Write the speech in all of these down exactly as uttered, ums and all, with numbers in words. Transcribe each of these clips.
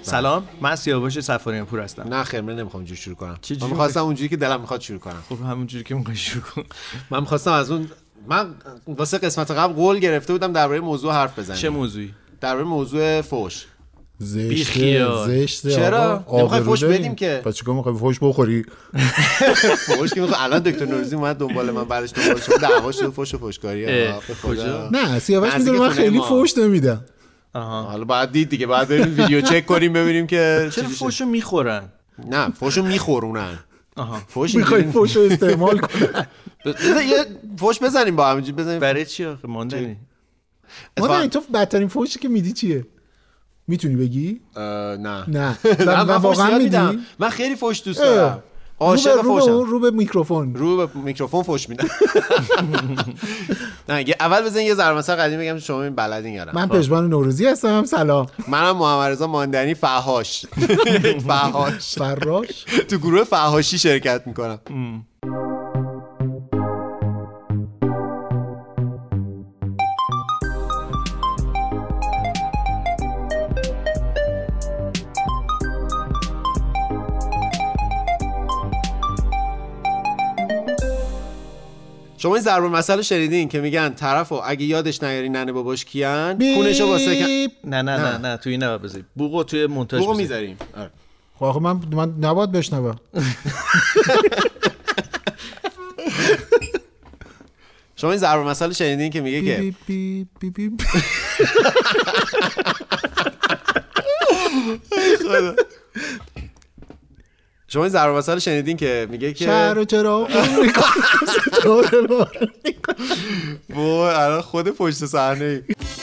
سلام، من سیاوش صفاریان پور هستم. نه خیر، من نمیخوام اینجوری شروع کنم. من می‌خواستم اونجوری که دلم میخواد شروع کنم. خب همونجوری که می‌خوای شروع کن. من می‌خواستم از اون من واسه قسمت قبل قول گرفته بودم درباره موضوع حرف بزنیم. چه موضوعی؟ درباره موضوع فوش. زشت زشت. چرا؟ نمیخوای فوش بدیم که؟ پس چیکار می‌خوای فوش بخوری؟ فوش که می‌خوای الان دکتر نوروزی اومد دنبال من، بعدش دنبال شما دعوا شد فوش و فوشکاری. کجا؟ نه سیاوش میگه من خیلی فوش نمیدم. آها، حالا بعد دید دیگه، بعد بریم ویدیو چک کنیم ببینیم که چرا فوشو میخورن. نه فوشو میخورونن. آها، فوش میخوای فوشو استعمال کنن. یه فوش بزنیم با هم، بزنیم. برای چی آخه ماندنی؟ ماندنی تو بدترین فوشی که میدی چیه؟ میتونی بگی؟ نه نه من واقعا میدم. من خیلی فوش دوست دارم. عاشق فوشم. رو رو به میکروفون رو به میکروفون فوش میدم. نه اول بزن یه ضرب مثل قدیم بگم شما این بلدین یا نه. من پژمان نوروزی هستم. سلام، منم محمد رضا ماندنی فحاش. فحاش فراش تو گروه فحاشی شرکت میکنم. شما این ضرب المثل شنیدین که میگن طرفو اگه یادش نیاری ننه باباش کیان، کونشو واسه کن... نه نه نه نه توی نبا بذاری بوقو توی مونتاژ بوقو میذاریم. خب آخه من من نباید بشنوم. شما این ضرب المثل شنیدین که میگه که بی بی بی بی بی. شما این ضرب المثل شنیدین که میگه که شهر چرا وای الان خود پشت صحنه.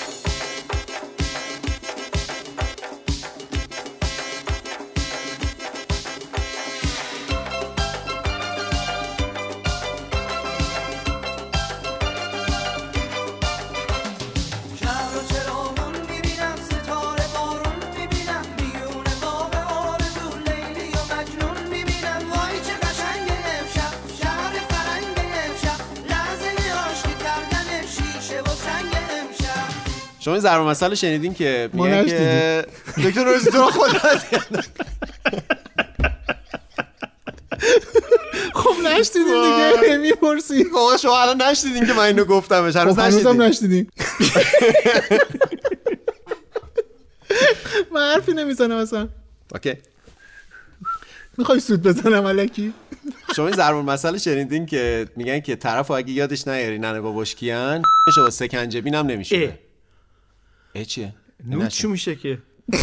شما این ضرب المثل شنیدین که میگه که دکتر نوروزی تو خودت خب نشدیدین دیگه میپرسی. خب شما الان نشدیدین که من اینو گفتمش؟ هنوز نشدیدین؟ نشدیدین. من حرفی نمیزنم اصلا. اوکی، میخوای سود بزنم الکی؟ شما این ضرب المثل شنیدین که میگن که طرفو اگه یادش نیاری ننه باباش کیان، شما سکنجه بینم نمیشه. ای چیه؟ نوت چی میشه که؟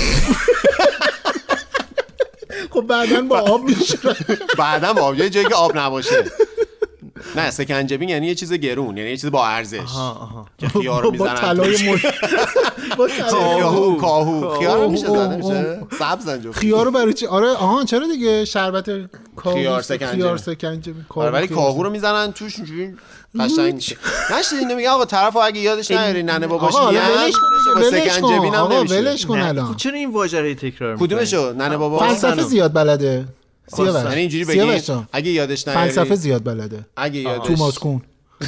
خب بعداً با آب میشه. بعداً با آب، یه جایی که آب نباشه. نه سکنجبین یعنی یه چیز گرون، یعنی یه چیز با ارزش. آها آها. که خیار رو میزنن. با طلای مر با کاهو کاهو خیار میشه زده میشه. سبزن جو. خیار رو برای چی؟ آره آها چرا دیگه شربت کاهو خیار سکنجبین. خیار سکنجبین. آره ولی کاهو رو میزنن توش اینجوری قشنگ میشه. نشدین میگه آقا طرفو اگه یادش نیاری ننه باباش میگن سکنجبین هم نمیشه. ولش کن الان. چرا این واژه رو تکرار می‌کنی؟ کدومشو؟ ننه بابا فلسفه زیاد بلده. سیاوش یعنی اینجوری بگین اگه یادش نیاری. فلسفه زیاد بلده. اگه یادش توماس کون.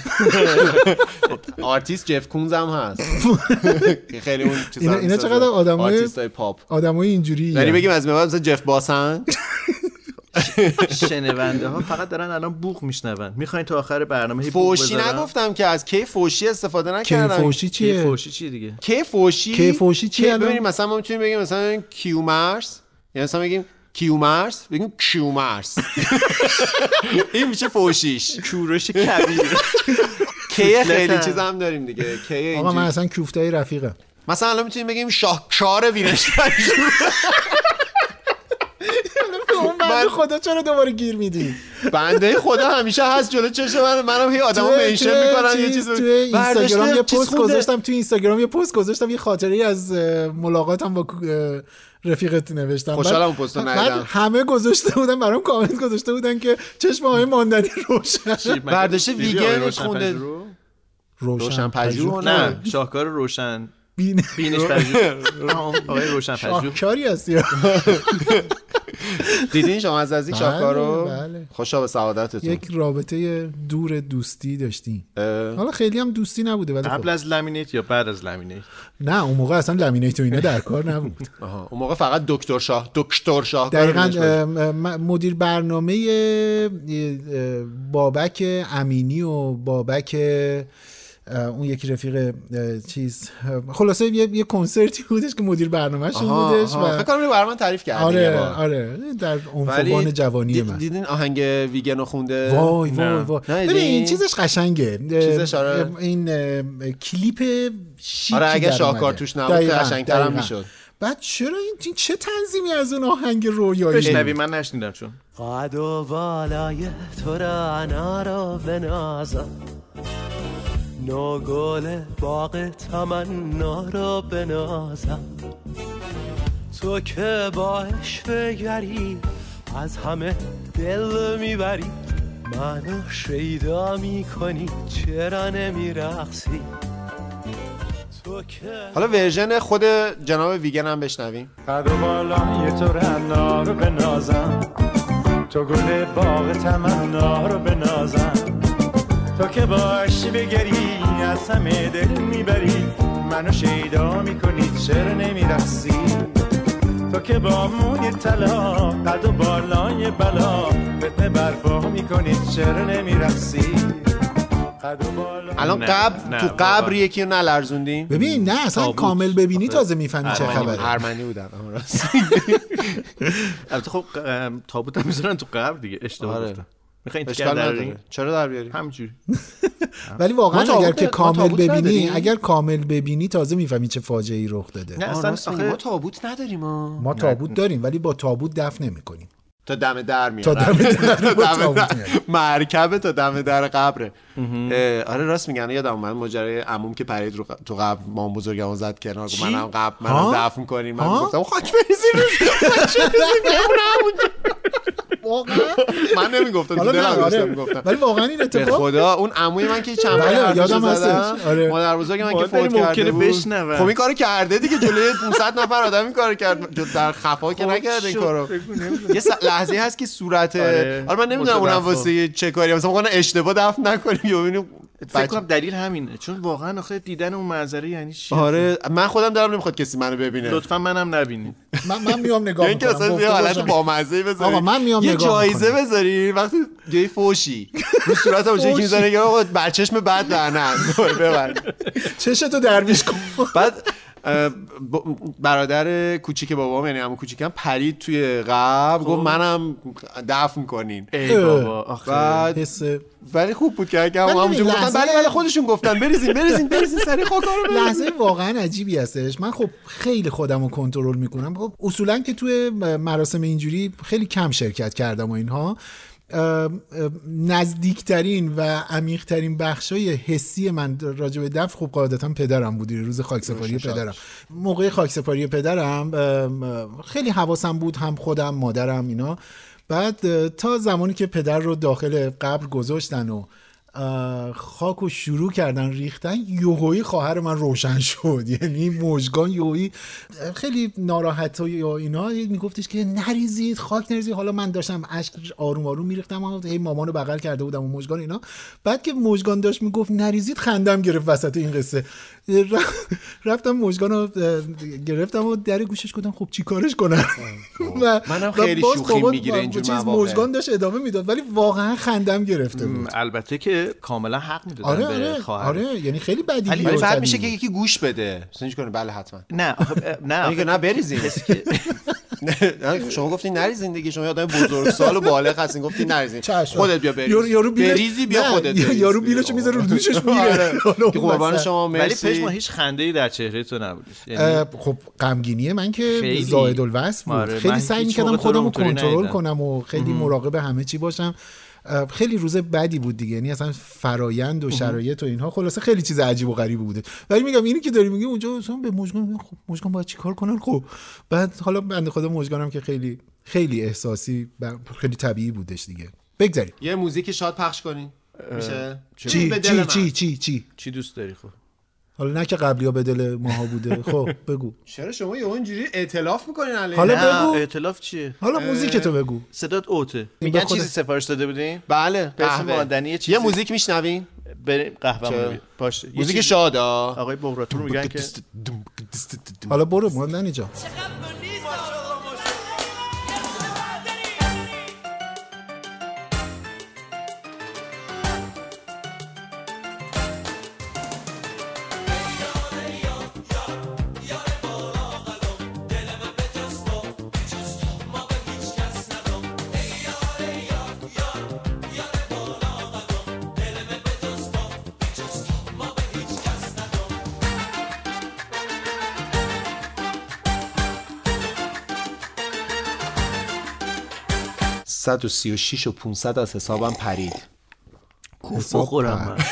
آرتیست جف کونز هم هست. خیلی اون چیزا اینا چقدر آدمای آرتیستای پاپ آدمای اینجوری. یعنی بگیم از بعد مثلا جف باسن. شنونده ها فقط دارن الان بوق میشنون. میخواین تا آخر برنامه فوشی نگفتم که از کی فوشی استفاده نکردم. کی فوشی چیه؟ کی فوشی چیه دیگه؟ کی فوشی کی فوشی چیه؟ ببینیم مثلا ما میتونیم بگیم مثلا کیومرس، یا مثلا بگیم کیومرس، بگیم کیومرس. این میشه فوشیش. کورش کبیر. کی خیلی چیز هم داریم دیگه. کی آقا من اصلا کوفتای رفیقم. مثلا الان میتونیم بگیم شاهکار وینشتاین. اون بنده خدا چرا دوباره گیر میدی؟ بنده خدا همیشه هست جلو چشم من. منم هی آدما منشن میکنن یه چیز. تو اینستاگرام یه پست گذاشتم تو اینستاگرام یه پست گذاشتم یه خاطره از ملاقاتم با رفیقت نوشتم. خوشحالم اون پستو ندیدم. همه گذاشته بودن برام کامنت گذاشته بودن که چشم آقای ماندنی روشن. برداشت ویگن خونده روشن پژوه. نه شاهکار روشن بینش پژوه. آقای روشن پژوه شاهکاری هستی. دیدین شما از نزدیک شاهکار رو؟ بله. خوشا به سعادتتون. یک رابطه دور دوستی داشتیم. حالا خیلی هم دوستی نبوده ولی قبل از لامینیت یا بعد از لامینیت؟ نه اون موقع اصلا لامینیت و اینا در کار نبود. آها اون موقع فقط دکتر شاه دکتر شاه دقیقاً مدیر برنامه بابک امینی و بابک اون یکی رفیق چیز خلاصه یه, یه کنسرتی بودش که مدیر برنامه‌شون بودش و فکر کنم برام تعریف کرد. آره آره در عنفوان جوانی من. دیدین آهنگ ویگنو خونده؟ وای وای وای ببین این چیزش قشنگه. چیزش آره این کلیپ شیکی. آره اگه شاهکار توش نبود قشنگ‌تر هم میشد. بعد چرا این چه تنظیمی از اون آهنگ رویایی؟ بشنوی من نشنیدم چون قد و بالای تو را انا را بنازم نو گل باغ تمنا را بنازم تو که با عشق گری از همه دل میبری منو شیدا میکنی چرا نمیرقصی. حالا ورژن خود جناب ویگن هم بشنویم. قد و بالای تو رنا رو بنازم تو گل باغ تمنا رو بنازم تو که باشی بگری از همه دل میبری منو شیدا میکنی چرا نمیرقصی. تو که با موی طلا قد و بالای بلا فتنه برپا میکنی چرا نمیرقصی. الان قبل تو قبر یکی رو نلرزوندیم. ببین نه اصلا کامل ببینی تازه میفهمی چه خبره. ارمنی بودن راست. البته خب تابوت هم میذارن تو قبر دیگه اشتباه گفتم. میخواین اشکال نداره چرا در بیاریم همینجوری. ولی واقعا اگر که کامل ببینی اگر کامل ببینی تازه میفهمی چه فاجعه‌ای رخ داده. نه اصلا ما تابوت نداریم. ما تابوت داریم ولی با تابوت دفن نمی‌کنیم. تا دم در میاد. تا دم در با تابوت میاد. مرکب تا دم در قبره. آره راست میگن. یادم اومد ماجرای عموم که پرید رو تو قبر مام بزرگمو زد کنار گفت منم قبر منو دفن کنین. من گفتم خاک بریزین روش. واقعا من نمیگفتم تو دلم داشتم میگفتم ولی واقعا این اتفاق خدا اون عموی من که چند بار یادم هست. مادر بزرگ من که فوت کرده بود خب این کارو کرده دیگه جلوی پانصد نفر آدم این کارو کرد در خفا که نکرد این کارو. یه لحظه هست که صورت آره من نمیدونم اونم واسه چه کاری مثلا واقعا اشتباه دفن نکنیم یا ببینیم. فکر کنم دلیل همینه چون واقعا آخه دیدن اون منظره یعنی چی. آره من خودم دلم نمیخواد کسی منو ببینه. لطفا منم نبینید. من من میام نگاه میکنم. این که اصلا یه حالت بامزه بذارید. آقا من میام یه نگاه جایزه بذارید وقتی جای فوشی رو صورتم چه کی میذاره که آقا برچشم بد لعنت ببر چشتو درویش کن. بعد برادر کوچیک بابام یعنی عمو کوچیکم پرید توی قبر گفت منم دفن کنین. ای بابا آخه ولی خوب بود که اگه همونجا گفتن بله بله خودشون گفتن بریزین بریزین بریزین سری خاکا رو بریزین. لحظه واقعا عجیبی هستش. من خب خیلی خودم رو کنترل میکنم. خب اصولا که توی مراسم اینجوری خیلی کم شرکت کردم و اینها. نزدیکترین و عمیق‌ترین بخشای حسی من راجع به دفن خب قاعدتاً پدرم بود. روز خاکسپاری پدرم موقع خاکسپاری پدرم خیلی حواسم بود هم خودم مادرم اینا. بعد تا زمانی که پدر رو داخل قبر گذاشتن و خاکو شروع کردن ریختن یوهویی خواهر من روشن شد. یعنی مژگان یوهویی خیلی ناراحت یا اینا میگفتش که نریزید خاک نریزید. حالا من داشتم اشک آروم آروم میریختم و هی مامانو بغل کرده بودم و مژگان اینا. بعد که مژگان داشت میگفت نریزید خندم گرفت وسط این قصه. رفتم مژگانو گرفتم و در گوشش گفتم خب چیکارش کنم. منم خیلی شوخی میگیره اینجور مواقع. مژگان داشت ادامه میداد ولی واقعا خندم گرفته بود. البته که کاملا حق میدادن آره به آره خواهر. آره یعنی خیلی بدیهیه. ولی بعد میشه که یکی گوش بده مثلا کنه بله حتما نه نه میگه نه بریزین. شما گفتین نریزین دیگه. شما آدم بزرگسال و بالغ هستین گفتین نریزین. خودت بیا بریز. یارو بریزی بیا خودت بریز. یارو بیلشو میذاره رو دوشش میره. که قربان شما مرسی. ولی پشما هیچ خنده‌ای در چهره تو نبودش. یعنی خب غمگینی من که زائد الوصف بود. خیلی سعی می‌کردم خودم رو کنترل کنم و خیلی مراقب همه چی باشم. خیلی روز بدی بود دیگه. یعنی اصلا فرایند و شرایط و اینها خلاصه خیلی چیز عجیب و غریبی بوده. ولی میگم اینی که داری میگی اونجا مثلا به مژگان خب مژگان باید چیکار کنن. خب بعد حالا بنده خدا مژگانم که خیلی خیلی احساسی خیلی طبیعی بودش دیگه. بگذاریم یه موزیک شاد پخش کنین میشه. چی چی چی چی چی چی دوست داری؟ خب حالا نه که قبلی‌ها به دل ماها بوده. خب بگو چرا شما یه اونجوری ائتلاف میکنین علیه؟ حالا بگو ائتلاف چیه؟ حالا موزیک تو بگو. صدات اوته. میگن چیزی سفارش داده بودین؟ بله قهوه ماندنی چیزی. یه موزیک میشنوین؟ بریم قهوه باشه. موزیک شادا. آقای بغراتور میگن که حالا برو ماندنی جان. صد و سی و شش و پانصد از حسابم پرید. کوف بخورم من.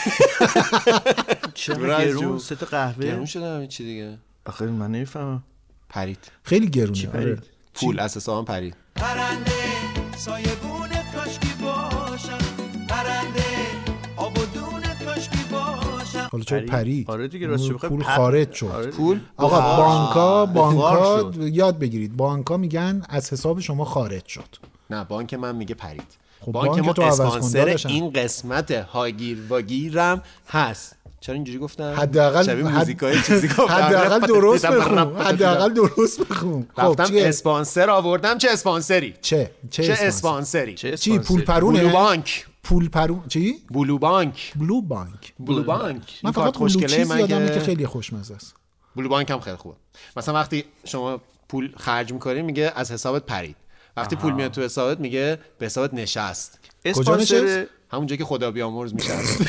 چرا گرون؟ سه تا قهوه گرون شده همین چی دیگه. آخه من نمیفهمم. پرید. خیلی گرونه. آره. پول از حسابم پرید. پرنده سایبون کاشکی باشم، پرنده آبادون کاشکی باشم. حالا چرا پرید؟ آره دیگه راستش بخوای پول خارج شد. آره پول آقا بانکا بانکا یاد بگیرید. بانکا میگن از حساب شما خارج شد. نه بانک من میگه پرید. خب بانک ما اسپانسر این قسمت هاگیر واگیرم هست. چرا اینجوری گفتم؟ حداقل شبیه موزیکای چیزی گفتم. حداقل درست بخون. حداقل درست بخون. خب اسپانسر آوردم. چه اسپانسری؟ چه چه اسپانسری؟ چی پول پرونه؟ بلو بانک. پول پرون چی؟ بلو بانک. بلو بانک. بلو بانک. من فقط خوشگله من یادمه که خیلی خوشمزه است. بلو بانک هم خیلی خوبه. مثلا وقتی شما پول خرج می‌کنی میگه از حسابت پرید. وقتی پول میاد تو حسابت میگه به حسابت نشست. اسپانسر همونجا که خدا بیامرز میشست.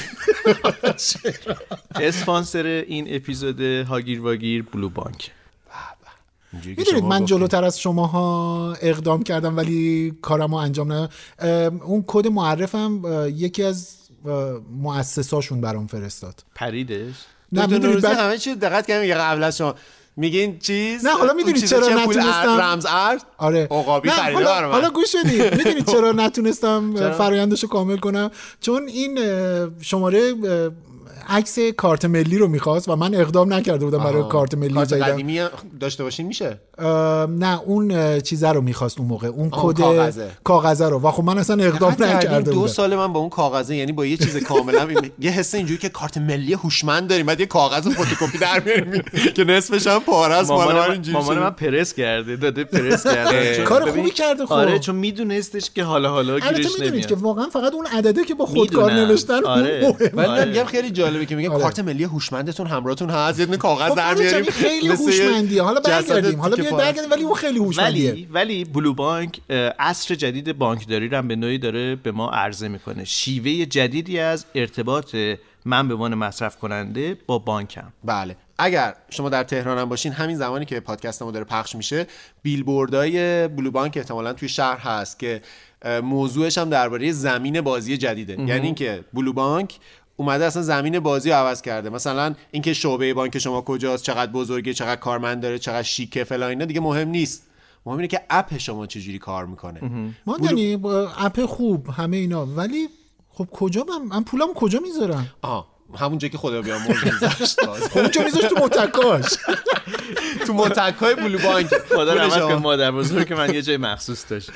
اسپانسر این اپیزود هاگیر واگیر بلو بانک. میدونید من جلوتر از شماها اقدام کردم ولی کارمو انجام ندادم. اون کد معرفم یکی از مؤسساشون برام فرستاد. پریدش؟ نه میدونید بعد همه چی دقت کردم میگه قبل از شما میگین چیز. نه حالا میدونید چرا نتونستم رمز ارز آره عقابی خریده حالا, حالا گوش بدید. میدونید چرا نتونستم فرآیندشو کامل کنم؟ چون این شماره عکس کارت ملی رو میخواست و من اقدام نکرده بودم برای کارت ملی کارت قدیمی داشته باشین میشه؟ نه اون چیزا رو میخواست اون موقع اون کد کاغذه کاغذه رو و خب من اصلا اقدام نکرده بودم. دو سال من با اون کاغذه یعنی با یه چیز کاملا یه حس اینجوری که کارت ملی هوشمند داریم بعد یه کاغذ فتوکپی در میاریم که نصفش هم پاره است. مامان من پرس کرده داده پرس کرده. کار خوبی کرده. خب آره چون میدونستش که حالا حالا گیرش نمیاد. که واقعا فقط اون عدده که با خودکار نوشتن ولی میگم خیلی جالبه که میگه کارت ملی هوشمندتون همراهتون هست یه دونه کاغذ در میاریم. خیلی هوشمندیه. حالا برگردیم حالا بیاید برگردیم ولی اون خیلی هوشمندیه. ولی ولی بلو بانک عصر جدید بانکداری رو هم به نوعی داره به ما عرضه میکنه. شیوه جدیدی از ارتباط من به عنوان مصرف کننده با بانکم. بله اگر شما در تهران هم باشین همین زمانی که پادکست ما داره پخش میشه بیلبوردهای بلو بانک احتمالاً توی شهر هست که موضوعش هم درباره زمین بازی جدیده. یعنی اینکه بلو بانک اومده اصلا زمین بازی رو عوض کرده. مثلا اینکه شعبه بانک شما کجاست، چقدر بزرگه، چقدر کارمند داره، چقدر شیکه فلان اینا دیگه مهم نیست. مهم اینه که اپ شما چجوری کار میکنه. ما یعنی با اپ خوب همه اینا ولی خب کجا من, من پولمو کجا میذارم؟ آها همونجا که خدا بیامرز میذاشت. خب اونجا میذاشت تو متکاش. تو متکای بلو بانک. خدا رحمت کنه مادر بزرگ که من یه جای مخصوص داشت.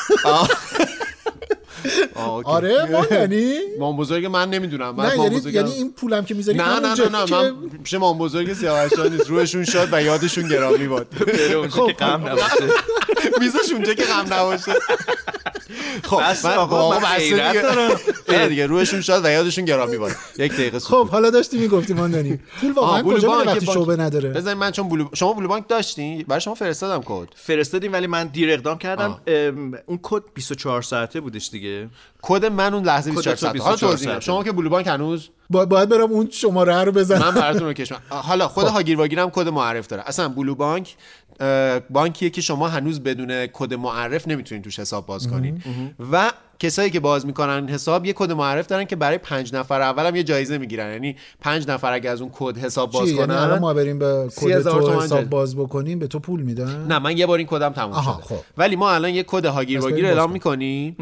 آره ماندنی مام بزرگ من نمیدونم. من یعنی بزرگم... یعنی این پولم که میذاری نه نه نه نه که... من پیش مام بزرگ سیاوشان نیست. روحشون شاد و یادشون گرامی باد. اونجا که غم نباشه میذاش اونجا که غم نباشه. خب من آقا من غیرت دارم دیگه. روحشون شاد و یادشون گرامی باد. یک دقیقه خب حالا داشتی میگفتی ماندنی پول واقعا کجا میره وقتی شعبه نداره؟ بزن من چون بلو... شما بلو بانک داشتین برای شما فرستادم کد. فرستادیم ولی من دیر اقدام کردم. اون کد بیست و چهار ساعته بودش دیگه. کد من اون لحظه بیست و چهار ساعته. حالا توضیح شما که بلو بانک هنوز با... باید برم اون شماره رو بزنم. من براتون رو کشم. حالا خود هاگیر واگیر هم کد معرف داره. اصلا بلو بانک بانکیه که شما هنوز بدون کد معرف نمیتونید توش حساب باز کنین و کسایی که باز میکنن حساب یه کد معرف دارن که برای پنج نفر اولم یه جایزه میگیرن، یعنی پنج نفر اگه از اون کد حساب باز کنن، یعنی الان ما بریم به کد تو حساب باز بکنیم به تو پول میدن؟ نه من یه بار این کدم تموم شده. خب. ولی ما الان یه کد هاگیر واگیر اعلام میکنیم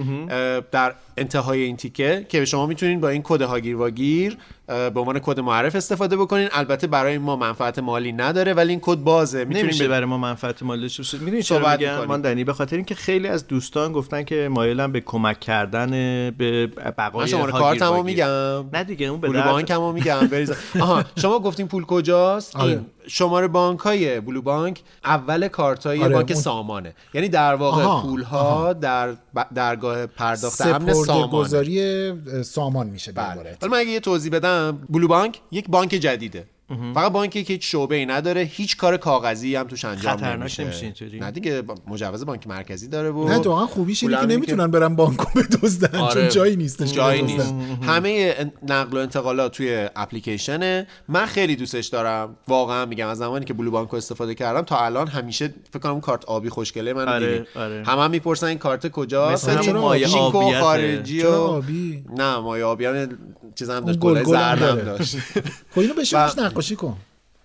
در انتهای این تیکه که شما میتونین با این کد هاگیر واگیر به عنوان کد معرف استفاده بکنین. البته برای ما منفعت مالی نداره ولی این کد بازه، میتونیم برای ما منفعت مالی داشته باشه. میدونید چرا میگم من دنی؟ به خاطر اینکه خیلی از دوستان گفتن که مایلن به کمک کردن به بقای شماره کارتمو میگم. نه دیگه اون به بلو بانکمو میگم بریز. آها شما گفتین پول کجاست؟ این شماره بانک‌های بلو بانک اول کارتای آره. بانک اون... سامانه، یعنی در واقع پول‌ها در ب... درگاه پرداخت امن سامانه، گذاری سامان میشه. بله. ولی من اگه یه توضیح بدم، بلو بانک یک بانک جدیده. فقط بانکی که هیچ شعبه‌ای نداره، هیچ کار کاغذی هم توش انجام نمیشه. نه دیگه مجوز بانک مرکزی داره و نه واقعا خوبیش اینه که نمیتونن برن بانکو بدزدن. آره. چون جایی نیستش، جایی نیست. همه نقل و انتقالات توی اپلیکیشنه. من خیلی دوستش دارم واقعا، میگم از زمانی که بلو بانکو استفاده کردم تا الان همیشه فکر کنم کارت آبی خوشگله من آره. دیدی. آره. همه هم میپرسن این کارت کجاست؟ مثلا مایه آبی خارجی و آبی. نه مایه آبی هم چیزا هم داشت، گل زردم داشت. خب اینو بهش نقاشی کن.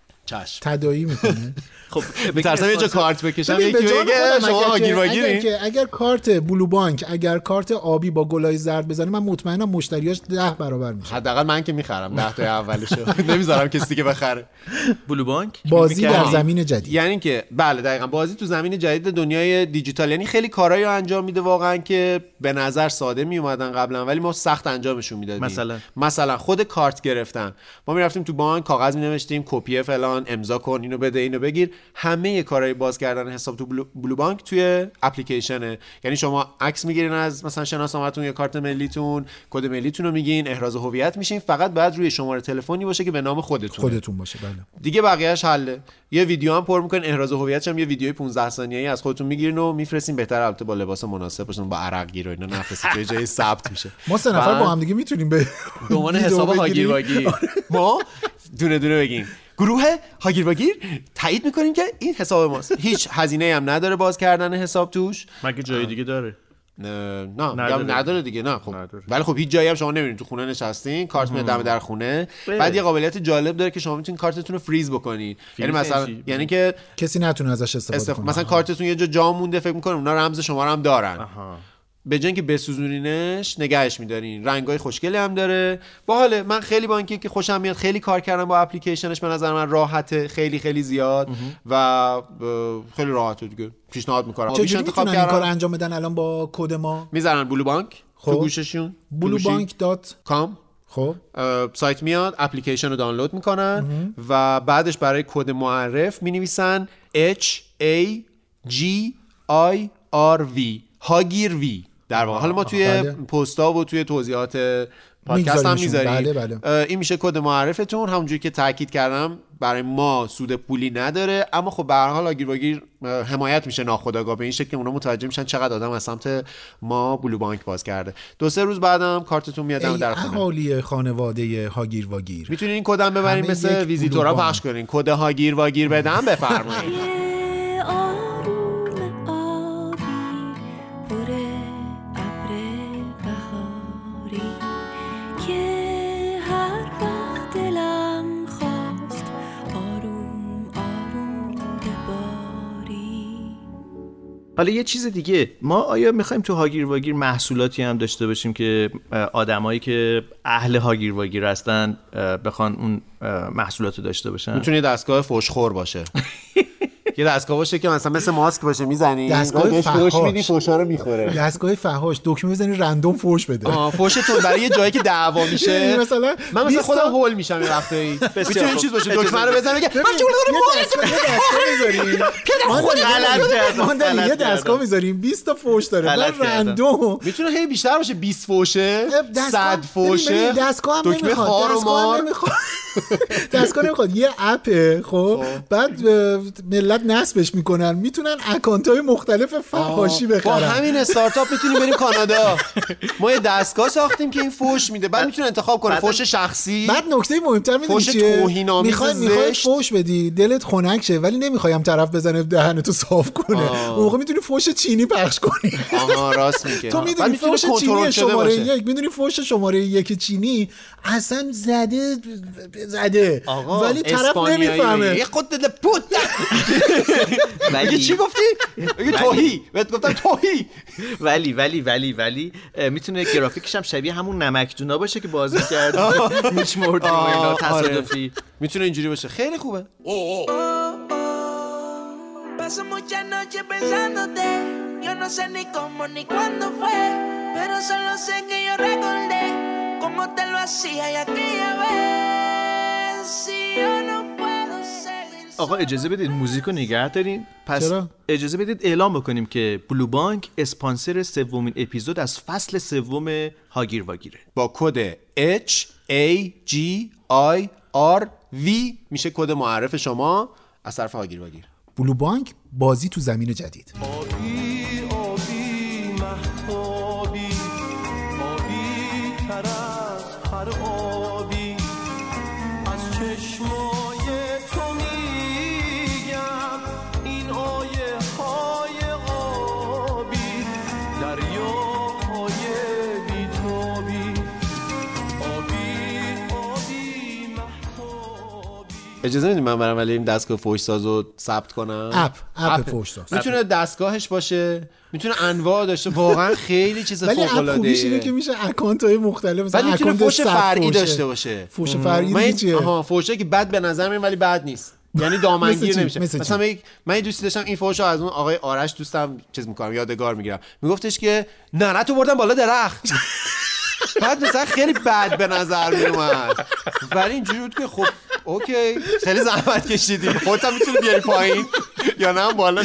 چش تداعی میکنه. خب میترسم یه جا کارت بکشم یکی بگه شما هاگیر واگیرین. اگر, اگر کارت بلو بانک اگر کارت آبی با گلای زرد بزنه من مطمئنم مشتریاش ده برابر میشه. حداقل من که میخرم ده تا اولشو نمیذارم کسی دیگه بخره. بلو بانک بازی در زمین جدید، یعنی که بله دقیقاً بازی تو زمین جدید دنیای دیجیتال، یعنی خیلی کارهایی رو انجام میده واقعا که به نظر ساده میومدن قبلا ولی ما سخت انجامشون میدادیم. مثلا مثلا خود کارت گرفتن، ما میرفتیم تو بانک کاغذ مینوشتیم کپی فلان امضا کن اینو بده اینو بگیر. همه کارهای باز کردن حساب تو بلو, بلو بانک توی اپلیکیشنه، یعنی شما عکس میگیرین از مثلا شناسنامه‌تون یا کارت ملیتون، کد ملیتون رو میگین، احراز هویت میشین، فقط بعد روی شماره تلفنی باشه که به نام خودتون خودتون باشه. بله دیگه بقیه‌اش حله. یه ویدیو هم پر میکنین، احراز هویتش هم یه ویدیوی پانزده ثانیه‌ای از خودتون میگیرین و میفرستین. بهتر البته با لباس مناسب باشین، با عرق گیر و اینا نفرستین جای جای ثبت میشه. ما سه نفر با هم دیگه میتونیم به عنوان حساب هاگیر واگیر ما دونه دونه بگیم گروه هاگیر واگیر تایید میکنیم که این حساب ماست. هیچ هزینه‌ای هم نداره باز کردن حساب توش. مگه جای دیگه داره؟ نه نه نداره, نداره دیگه. نه خب نداره. ولی خب هیچ جایی هم شما نمیرین، تو خونه نشستین کارت میاد دم در خونه. بعد یه قابلیت جالب داره که شما میتونین کارتتون رو فریز بکنید، یعنی مثلا یعنی که کسی نتونه ازش استفاده استف... کنه. مثلا کارتتون یه جا جا مونده فکر میکنم اونا رمز شما رو هم دارن. آها. به جای اینکه بسوزونینش نگهش می‌دارین. رنگای خوشگلی هم داره. باحاله. من خیلی با اینکه که خوشم میاد، خیلی کار کردم با اپلیکیشنش، به نظر من راحته، خیلی خیلی زیاد و خیلی راحته دیگه. پیشنهاد می‌کنم. چجوری میتونن این کار انجام بدن الان با کد ما؟ میذارن بلو بانک خب. تو گوششون بلو بانک دات کام. خب سایت میاد، اپلیکیشن رو دانلود میکنن و بعدش برای کد معرف مینویسن H A G I R V هاگیر وی در واقع. حالا ما توی بله. پستا و توی توضیحات پادکست هم میذاریم. بله بله. این میشه کد معرفتون. همونجوری که تاکید کردم برای ما سود پولی نداره، اما خب به هر حال هاگیر واگیر حمایت میشه ناخودآگاه به این شکل که اونا متوجه میشن چقدر آدم از سمت ما بلو بانک باز کرده. دو سه روز بعدم کارتتون میاد در خونه. اهالی خانواده هاگیر واگیر میتونین این کدم ببرین مثل ویزیتورا پخش کنین. کد هاگیر واگیر بدم بفرمایید. حالا یه چیز دیگه، ما آیا میخوایم تو هاگیر واگیر محصولاتی هم داشته باشیم که آدمایی که اهل هاگیر واگیر هستن بخوان اون محصولاتو داشته باشن؟ میتونه دستگاه فوشخور باشه. یه دستگاه باشه که مثلا مثل ماسک باشه، میزنی دستگاه فحاش میدی فوشا رو میخوره. دستگاه فحاش دکمه بزنی رندوم فوش بده. آه فوشتون برای یه جایی که دعوا میشه. مثلا من مثلا خودم هول میشم یه وقتایی. میتونه این چیز باشه دکمه رو بزنه بگه من چون دارم میذاریم. ما خود غلط کردم. ما یه دستگاه میذاریم بیست تا فوش داره. بعد رندوم میتونه خیلی بیشتر باشه، بیست فوشه، صد فوشه. دستگاه هم نمیخواد. دستگاه هم نمیخواد. دستگاه نمیخواد، یه اپه. خب بعد ملت نصبش میکنن، میتونن اکانت‌های مختلف فحاشی بخرن. با همین استارتاپ میتونیم بریم کانادا. ما یه دستگاه ساختیم که این فوش میده، بعد میتونه انتخاب کنه فوش شخصی. بعد نکته مهمتر میدونی چیه؟ میخوای میخوای فوش بدی دلت خنک شه، ولی نمیخوایم طرف بزنه دهنتو صاف کنه. اون موقع میتونی فوش چینی پخش کنی. آها راست میگه. تو میدونی فوش چینی شماره یک، میدونی فوش شماره یک چینی اصلا زده زده، ولی طرف نمیفهمه. یه خود دل پوت. ولی چی گفتی؟ یه توهی. بهت گفتم توهی. ولی ولی ولی ولی میتونه گرافیکش هم شبیه همون نمکدونا باشه که بازی کرد میشمرد و اینا تصادفی. میتونه اینجوری باشه. خیلی خوبه. Paso muchas noches pensándote, yo no sé ni cómo ni cuándo fue, pero solo sé que yo recordé cómo te lo hacía y aquella vez, si yo no puedo seguir. آقا اجازه بدید موزیکو نگه دارین. پس چرا؟ اجازه بدید اعلام بکنیم که بلو بانک اسپانسر سومین اپیزود از فصل سوم هاگیر واگیره. با کد H A G I R V میشه کد معرف شما از طرف هاگیر واگیر. بلو بانک، بازی تو زمین جدید. آبی آبی مهتابی، آبی تر از هر آبی، از چشمای تو میگم این آیه های آبی، دریاهای بیتابی، آبی آبی مهتابی. اجازه میدید من برم ولی این دستگاه فوش سازو ثبت کنم؟ اپ اپ فوش ساز. میتونه دستگاهش باشه، میتونه انواع داشته، واقعا خیلی چیز فوق العاده ایه. ولی اپ خوبیش اینه که میشه اکانت‌های مختلف، مثلا میتونه فوش فرعی داشته باشه. فوش فرعی چیه؟ آها فوشه که بد به نظر میاد ولی بد نیست. یعنی دامنگیر نمیشه. مثلا من من یه دوستی داشتم این فوشو از اون آقای آرش دوستم چیز می‌کنم یادگار میگیرم. میگفتش که نه تو بردن بالا درخت. بعد مثلا خیلی بد به نظر میومد. ولی اینجوری بود که خب اوکی خیلی زحمت کشیدی، خودت هم میتونی بیاری پایین یا نه بالا.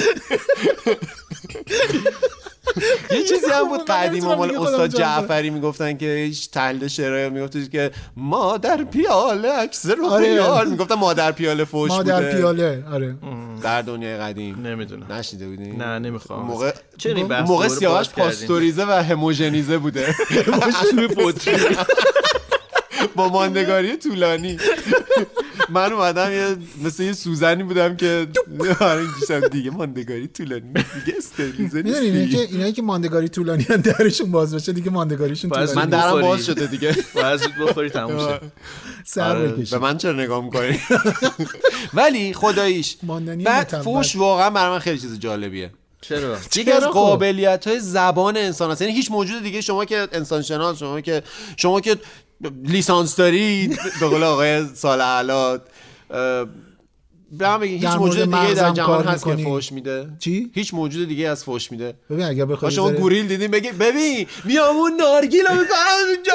یه چیزی هم بود قدیما مال استاد جعفری میگفتن که هیچ تحلیل شعرایی میگفتش که مادر پیاله عکس رو خیال، میگفتن مادر پیاله فوش بوده. مادر پیاله آره. در دنیای قدیم نمیدونم. نشیده بودین؟ نه نمیخوام. موقع چرا این بحث موقع سیاوش پاستوریزه و هموژنیزه بوده. توی پوتری با ماندگاری طولانی. من اومدم یه مثل یه سوزنی بودم که اینجوری دیگه ماندگاری طولانی دیگه استریلیزه نیست. میدونی که اینایی که ماندگاری طولانی ان درشون باز بشه دیگه ماندگاریشون طولانی. من درم باز شده دیگه. باید زود بخوری تموم شه. سر بکشی. به من چرا نگاه می‌کنی؟ ولی خداییش بعد فوش واقعا برای من خیلی چیز جالبیه. چرا؟ یکی از قابلیت‌های زبان انسان است. یعنی هیچ موجود دیگه شما که انسان شناس، شما که شما که لیسانس دارید به قول آقای صالح‌الات، به هم بگید هیچ موجود دیگه در جهان هست که فوش میده؟ چی؟ هیچ موجود دیگه از فوش میده؟ ببین اگه بخوای شما گوریل دیدین بگید ببین میام اون نارگیلو میکنم اونجا.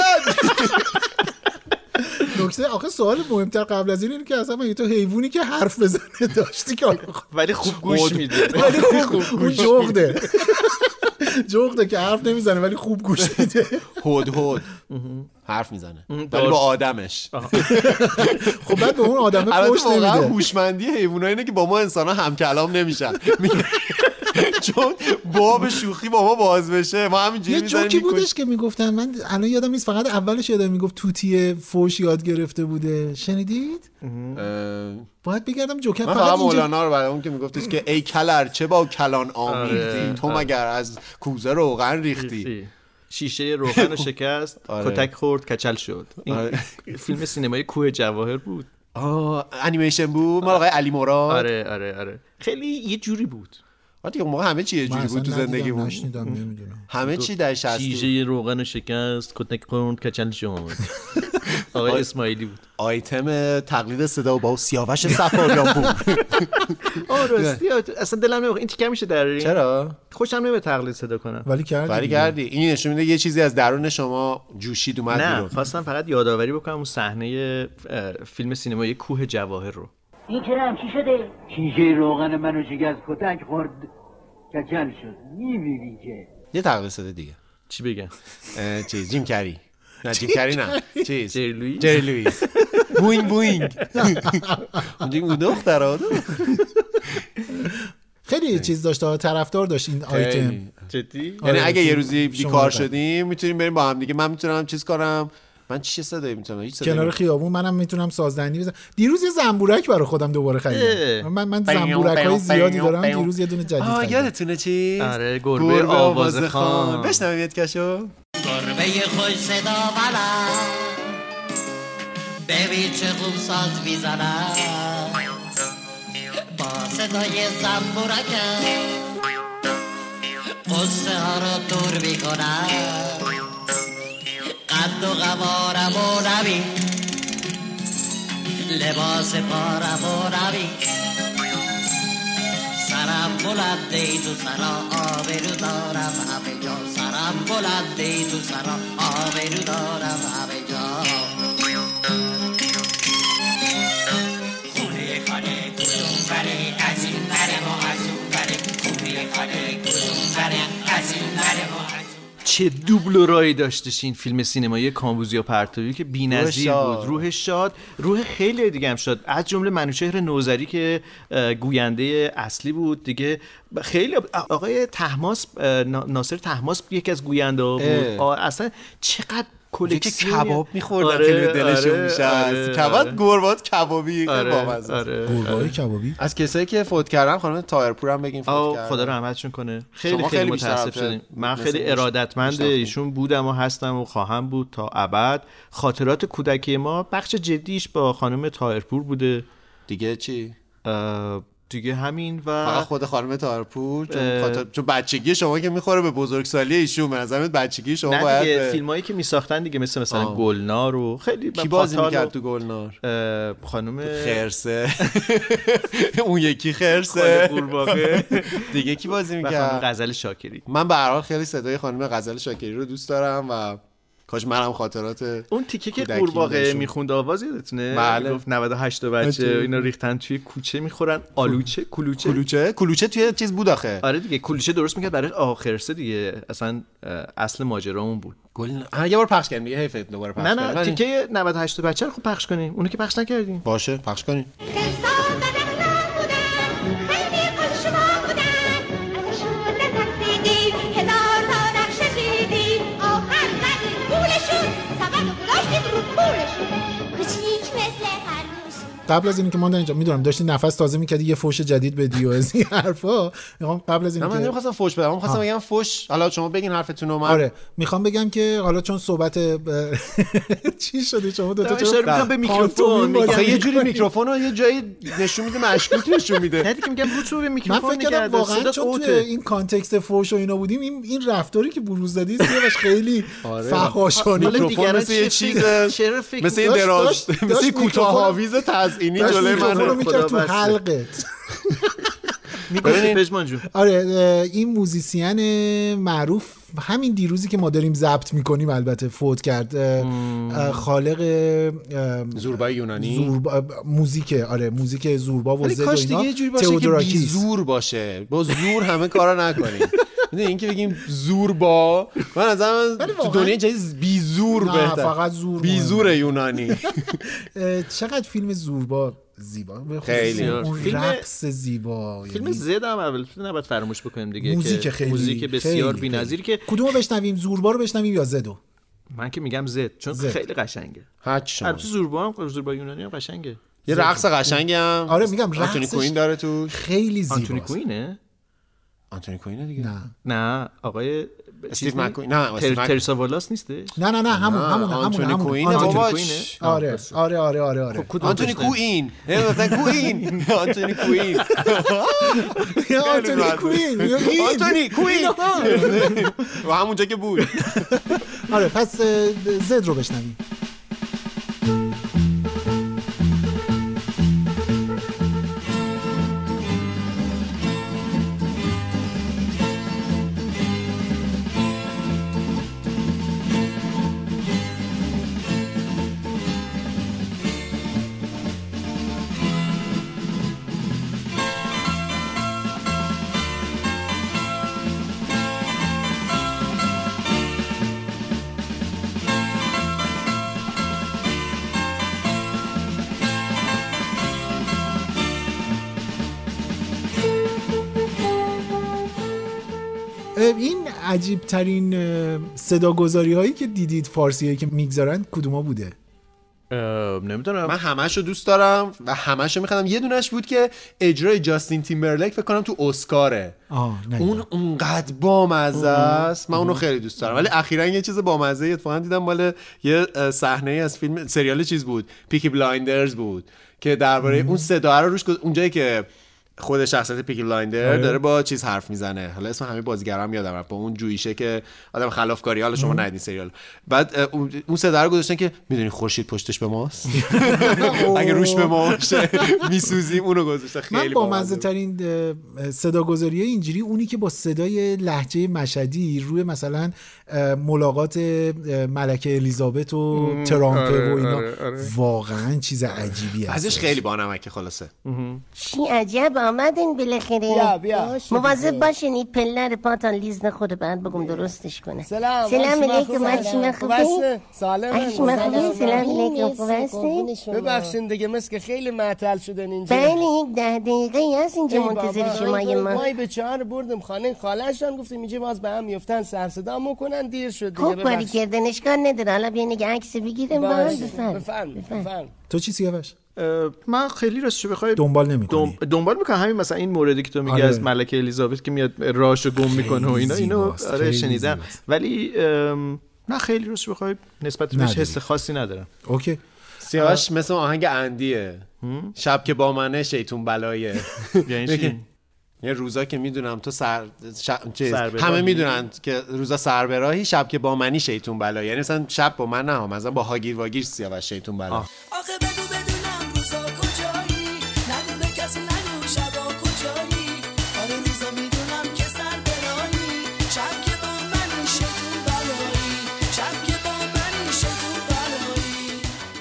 نکته آخه سوال مهمتر قبل از این اینه که اصلا مگه تو حیوانی که حرف بزنه داشتی که ولی خوب گوش میده. ولی خوب گوش جغده. جغده که حرف نمیزنه ولی خوب گوش میده. هود هود حرف میزنه ولی با آدمش. خب بعد به اون آدمه فوش نمیده. واقعا هوشمندی حیونا اینه که با ما انسانا هم کلام نمیشن. چون باب شوخی با ما باز بشه ما همینجوری میذاریم. یه جوکی بودش که میگفتن، من الان یادم نیست، فقط اولش یادم میگفت توتی فوش یاد گرفته بوده. شنیدید؟ باید بگردم جوکر. من فقط مولانا رو برای اون که میگفتش که ای کلر چه با کلان آمیختی، تو مگر از کوزه روغن ریختی. شیشه روغن رو شکست، کتک خورد کچل شد. این فیلم سینمایی کوه جواهر بود. آه انیمیشن بود مال آقای علی مراد. آره آره آره خیلی یه جوری بود. آره موقع همه چی یه جوری بود تو زندگی بود. نشنیدم نمیدونم. همه چی در شصت. شیشه روغن شکست، کتک خورد کچل شد. آقای اسماعیلی بود. آیتم تقلید صدا با سیاوش صفاریان بود. آه راستی اصلا دلم نمیخواد این تیکه میشه در. چرا؟ خوشم نمیاد تقلید صدا کنم. ولی کردی. ولی کردی. این نشون میده یه چیزی از درون شما جوشید اومد بیرون. نه خواستم فقط یادآوری بکنم اون صحنه فیلم سینمایی کوه جواهر رو. این چرا هم چی شده؟ شیشه روغن منو شکست کتک خورد کچل شد. میبینی که یه تقلید صدا دیگه. چی بگم؟ چیز جیم کری. نه جیم کری نه چیز جری لوئیس جری لوئیس بوینگ بوینگ اونجا اون دخترا خیلی چیز داشته، طرفدار داشت این آیتم. جدی؟ یعنی اگه یه روزی بیکار شدیم میتونیم بریم با هم دیگه. من میتونم چیز کنم. من چی صدایی میتونم؟ هیچ صدایی کنار خیابون منم میتونم سازدهنی بزنم. دیروز یه زنبورک برای خودم دوباره خریدم. من من زنبورک‌های زیادی دارم. دیروز یه دونه جدید خریدم. آه یادتونه چی؟ آره گربه آوازخوان. بشنویم یه کشو. گربه خوش صدا بلند ببین چه خوب ساز میزنم با صدای زنبورکم قصه ها رو دور میکنم قد و قوارم و نبی لباس پارم و نبی سرم بلنده ای تو سرا آبرو دارم همه جا سرم بلنده ای تو سرا آبرو دارم همه جا خونه خانه کدوم بره از این بره ما از اون بره خونه خانه کدوم بره از این بره ما از چه دوبلورایی داشتش این فیلم سینمایی کامبوزیا پرتوی که بی‌نظیر بود. روح شاد، روح خیلی دیگه هم شاد، از جمله منوچهر نوذری که گوینده اصلی بود دیگه. خیلی آقای طهماسب، ناصر طهماسب یکی از گوینده ها بود. اصلا چقدر کلکسیون کباب می‌خوردن آره، خیلی دلشون آره، میشه آره، کباب گربات کبابی آره، بامزه آره، گربای کبابی. از کسایی که فوت کردن خانم طاهرپور هم بگیم فوت کردن. خدا رحمتشون کنه. خیلی خیلی, خیلی متاسف شدیم. من خیلی ارادتمند ایشون بودم و هستم و خواهم بود تا ابد. خاطرات کودکی ما بخش جدیش با خانم طاهرپور بوده. دیگه چی؟ دیگه همین و فقط خود خانم طاهرپور چون خاطر چون بچگی شما که میخوره به بزرگسالی ایشون. من نظرم بچگی شما باید دیگه فیلمایی که میساختن دیگه مثل مثلا آه. گلنار و خیلی کی بازی میکرد تو گلنار؟ خانم خرسه اون یکی خرسه قورباغه دیگه کی بازی میکرد؟ خانم غزل شاکری. من به هر حال خیلی صدای خانم غزل شاکری رو دوست دارم و کاش منم خاطرات اون تیکه که قورباغه میخوند آواز یادتونه؟ بله. گفت نود و هشت تا بچه اینا ریختن توی کوچه میخورن آلوچه کلوچه کلوچه کلوچه توی چیز بود آخه. آره دیگه کلوچه درست میکرد برای آخرسه دیگه. اصلا اصل ماجرامون بود. گل ها یه بار پخش کنیم دیگه. حیف دوباره پخش کنیم. نه نه تیکه نود و هشت تا بچه رو خب پخش کنیم. اونو که پخش نکردیم. باشه پخش کنیم. قبل از اینکه ما اینجا میدونم داشتی نفس تازه میکردی یه فوش جدید بدی و از این حرفا، میخوام قبل از اینکه من نمیخواستم فوش بدم، من میخواستم بگم فوش. حالا شما بگین حرفتون رو. من آره میخوام بگم که حالا چون صحبت ب... چی شده شما دو تا اشاره میکنم به میکروفون. میگم یه جوری میکروفون رو یه جایی نشون میده مشکوک نشون میده. نه دیگه میگم رو تو به میکروفون میگه. من فکر کردم واقعا چون تو این کانتکست فوش و اینا بودیم این این رفتاری که بروز دادی سیاوش خیلی فحاشانه. میکروفون مثل یه چیز مثل یه دراز مثل کوتاه آویز تزیینی جلوی من رو میکرد تو حلقت. میگه پژمان جون. آره این موزیسین معروف همین دیروزی که ما داریم ضبط میکنیم البته فوت کرد. خالق زوربای یونانی زوربا موزیک آره موزیک زوربا و زد و اینا. تئودوراکیس زور باشه با زور همه کارا نکنیم. این که بگیم زور با من از تو دنیا جدید بی زور بهتر. فقط زور بی زور یونانی. چقدر فیلم زوربا زیبا خیلی فیلم رقص زیبا. فیلم زد هم اول نباید فراموش بکنیم دیگه. موزیک خیلی موزیک بسیار بی‌نظیر که کدومو بشنویم؟ زوربا رو بشنویم یا زدو؟ من که میگم زد چون زد. خیلی قشنگه. البته زوربا هم زوربا یونانی هم قشنگه. یه رقص قشنگی هم آره میگم رقصش آنتونی کوین داره تو. خیلی زیباست. آنتونی کوینه؟ آنتونی کوینه دیگه. نه نه آقای استیو مک‌کوین. نه ترسا والاس نیسته؟ نه نه نه همون همون همون آنتونی کوین. آره آره آره آره آره آنتونی کوین. نه مثلا کوین. آنتونی کوین. آنتونی کوین. آنتونی کوین. و همونجا که بود. آره پس زد رو بشنویم. این عجیب ترین صداگذاری هایی که دیدید فارسی هایی که میگذارن کدوما بوده؟ نمیدونم. من همه‌شو دوست دارم و همه‌شو می‌خوام. یه دونش بود که اجرای جاستین تیمبرلیک فکر کنم تو اسکاره. اون اونقدر بامزه است. من اونو خیلی دوست دارم. ولی اخیراً یه چیز بامزه اتفاقا دیدم، مال یه صحنه از فیلم سریال چیز بود، پیکی بلایندرز بود، که درباره اون صدا رو روش اونجایی که خود شخصیت پیکی بلایندر داره با چیز حرف میزنه، حالا اسم همه بازیگرا هم یادم رفت، با اون جویشه که آدم خلافکاری، حالا شما ندیدین سریال، بعد اون صدا رو گذاشتن که میدونی خورشید پشتش به ماست اگه روش به ما باشه میسوزیم، اونو گذاشته. خیلی من با مزه ترین صداگذاری اینجوری اونی که با صدای لهجه مشهدی روی مثلا ملاقات ملکه الیزابت و ترامپ و اینا، واقعا چیز عجیبی است. ازش خیلی بانمکه. خلاصه چی عجب آمدین بالاخره. بیا بیا مواظب باشین این پلر پاتان لیز نخوره، بعد بگم درستش کنه. سلام سلام علیکم. هرچی خوبه؟ سالم. هرچی خوبه؟ سلام علیکم. خوبه؟ ببخشید دیگه مسک خیلی معطل شدن اینجا. بله یک ده دقیقه هست اینجا منتظر شما. یه ما ما به چهار بردم خانه خاله‌شان، گفتیم اینجا باز به هم میافتن سر صدا میکنن، دیر شد دیگه. خوب کاری کردن، اشکال نداره. حالا بیاین یه عکس بگیریم با هم. بفرم بفرم. تو چی سیاوش؟ من خیلی راستش بخوای دنبال نمی‌کنی. دم... دنبال میکنم همین مثلا این موردی که تو میگی آره. از ملکه الیزابت که میاد راشو گم میکنه و اینا اینو آره شنیدم، ولی ام... نه خیلی راستش بخوای نسبت بهش حس خاصی ندارم. اوکی. سیاوش مثل آهنگ اندیه، شب که با منه شیطون بلایه. یعنی چی؟ یه روزا که میدونم تو سر چیز همه میدونن که روزا سربراهی، شب که با منی شیطون بلایه. یعنی مثلا شب با من نه، مثلا با هاگیر واگیر سیاوش شیطون بلایه. آخه بگو بدونم روزا کجایی، نگو به کسی نگو شبا کجایی، آره روزا میدونم که سربراهی، شب که با منی شیطون بلایی، شب که با منی شیطون بلایی.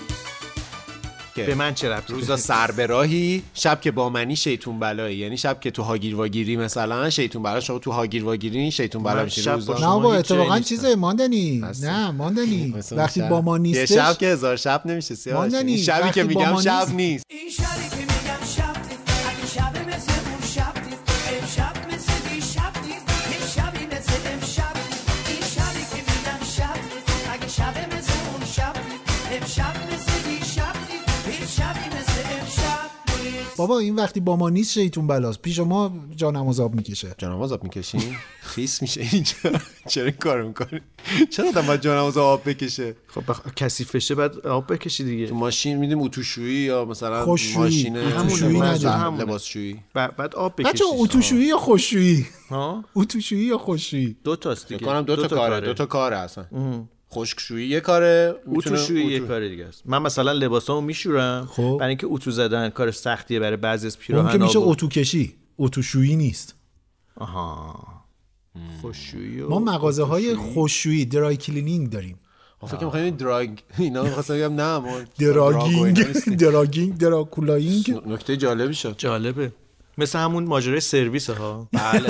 به من چه ربطی؟ روزا سربراهی، شب که با منی شیطون بلایی. یعنی شب که تو هاگیر واگیری مثلا شیطون بلا، شما تو هاگیر واگیری شیطون بلا میشی. روزا نه با اتفاقا چیزه ماندنی، نه ماندنی وقتی با ما نیستش یه شب که هزار شب نمیشه سیاوش. این شبی که میگم شب نیست. این شبی که میگم شب نیست، اگه شب مثل اون شب نیست، امشب مثل دیشب نیست، یه شبی مثل امشب نیست. این شبی که میگم شب نیست، اگه شب مثل اون شب نیست، امشب مثل دیشب نیست، یه شبی مثل امشب نیست. بابا این وقتی با ما نیست شیطون بلاست، پیش ما جانماز آب میکشه. جانماز آب میکشین؟ خیس میشه اینجا. چرا این کارو میکنی؟ چرا آدم باید جانماز آب بکشه؟ خب بخ... کثیف بشه بعد آب بکشی دیگه. تو ماشین میدیم اتوشویی یا مثلا خوششویی. ماشین اتوشویی نداریم، لباسشویی. بعد آب بکشی. بچه اتوشویی یا خوششویی؟ ها؟ اتوشویی یا خوششویی؟ دو تاست دیگه. فکر کنم دو, دو تا کاره، دو تا کاره اصلا. خشکشویی یه کاره، اتوشویی یه کاره دیگه است. من مثلا لباسامو میشورم خب. برای اینکه اتو زدن کار سختیه برای بعضی از پیراهن‌ها. اون که میشه اتو کشی، اتوشویی نیست. آها. خوششویی. ما مغازه های خوششویی درای کلینینگ داریم. فکر کنم می‌خوایم دراگ اینا می‌خواستم بگم نه ما دراگینگ دراگینگ دراکولاینگ. نکته جالبی شد. جالبه. مثل همون ماجرای سرویس ها. بله.